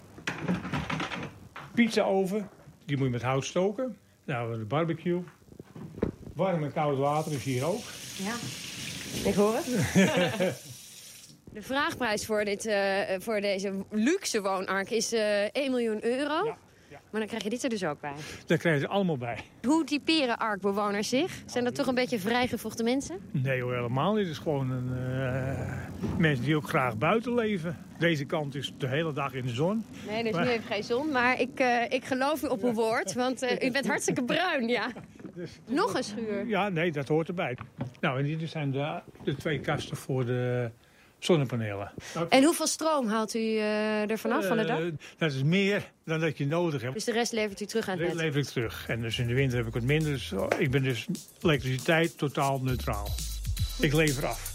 Pizzaoven, die moet je met hout stoken. Nou, de barbecue. Warm en koud water is hier ook. Ja, ik hoor het. De vraagprijs voor, dit, uh, voor deze luxe woonark is uh, één miljoen euro. Ja. Ja. Maar dan krijg je dit er dus ook bij. Daar krijg je allemaal bij. Hoe typeren arkbewoners zich? Zijn dat toch een beetje vrijgevochten mensen? Nee hoor, helemaal niet. Het is gewoon een, uh, mensen die ook graag buiten leven. Deze kant is de hele dag in de zon. Nee, er is maar... nu even geen zon. Maar ik, uh, ik geloof u op uw woord, want uh, u bent hartstikke bruin, ja. Dus, Nog een schuur. Ja, nee, dat hoort erbij. Nou, en dit zijn de, de twee kasten voor de... zonnepanelen. En hoeveel stroom haalt u uh, er vanaf uh, van de dag? Dat is meer dan dat je nodig hebt. Dus de rest levert u terug aan het net? De rest lever ik terug. En dus in de winter heb ik wat minder. Dus ik ben dus elektriciteit totaal neutraal. Ik lever af.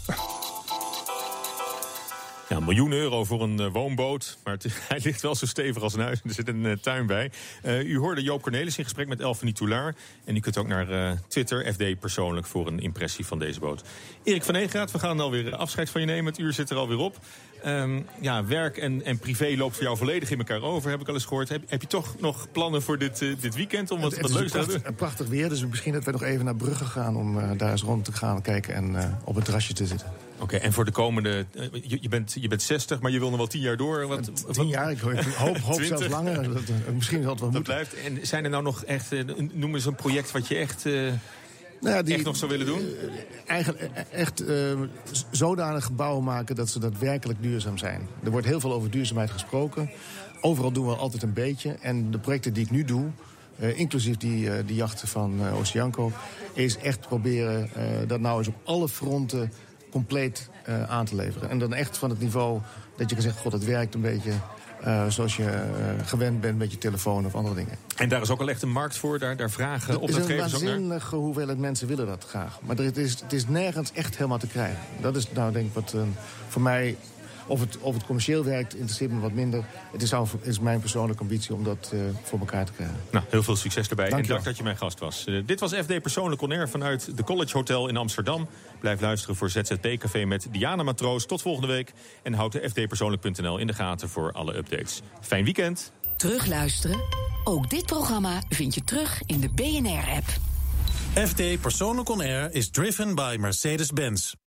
Ja, een miljoen euro voor een uh, woonboot. Maar het, hij ligt wel zo stevig als een huis. Er zit een uh, tuin bij. Uh, u hoorde Joop Cornelis in gesprek met Elfanie Toulaar. En u kunt ook naar uh, Twitter, F D persoonlijk, voor een impressie van deze boot. Erik van Egeraat, we gaan alweer afscheid van je nemen. Het uur zit er alweer op. Um, ja, werk en, en privé loopt voor jou volledig in elkaar over, heb ik al eens gehoord. Heb, heb je toch nog plannen voor dit, uh, dit weekend om wat, het, wat het leuks te prachtig, doen? Prachtig weer, dus misschien dat we nog even naar Brugge gaan om uh, daar eens rond te gaan kijken en uh, op het terrasje te zitten. Oké, okay, en voor de komende... Uh, je, je, bent, je bent zestig, maar je wil nog wel tien jaar door. Wat, tien wat, jaar, ik hoop, hoop zelfs langer. Dat, uh, misschien zal het wel dat moeten. Blijft. En zijn er nou nog echt... Uh, noem eens een project wat je echt... Uh, Nou ja, die, echt nog zou willen doen? Uh, eigenlijk echt uh, zodanig gebouwen maken dat ze daadwerkelijk duurzaam zijn. Er wordt heel veel over duurzaamheid gesproken. Overal doen we altijd een beetje. En de projecten die ik nu doe, uh, inclusief die, uh, die jachten van uh, Oceanco, is echt proberen uh, dat nou eens op alle fronten compleet uh, aan te leveren. En dan echt van het niveau dat je kan zeggen, god, het werkt een beetje... Uh, zoals je uh, gewend bent met je telefoon of andere dingen. En daar is ook al echt een markt voor? Daar, daar vragen opdrachtgevers ook naar? Er is een waanzinnige hoeveelheid mensen willen dat graag. Maar het is, het is nergens echt helemaal te krijgen. Dat is nou denk ik wat uh, voor mij... Of het, of het commercieel werkt, interesseert me wat minder. Het is, al, is mijn persoonlijke ambitie om dat uh, voor elkaar te krijgen. Nou, heel veel succes erbij. Dank en dank dat je mijn gast was. Uh, dit was F D Persoonlijk On Air vanuit de College Hotel in Amsterdam. Blijf luisteren voor Z Z P Café met Diana Matroos. Tot volgende week. En houd de F D persoonlijk punt n l in de gaten voor alle updates. Fijn weekend. Terugluisteren? Ook dit programma vind je terug in de B N R-app. F D Persoonlijk On Air is driven by Mercedes-Benz.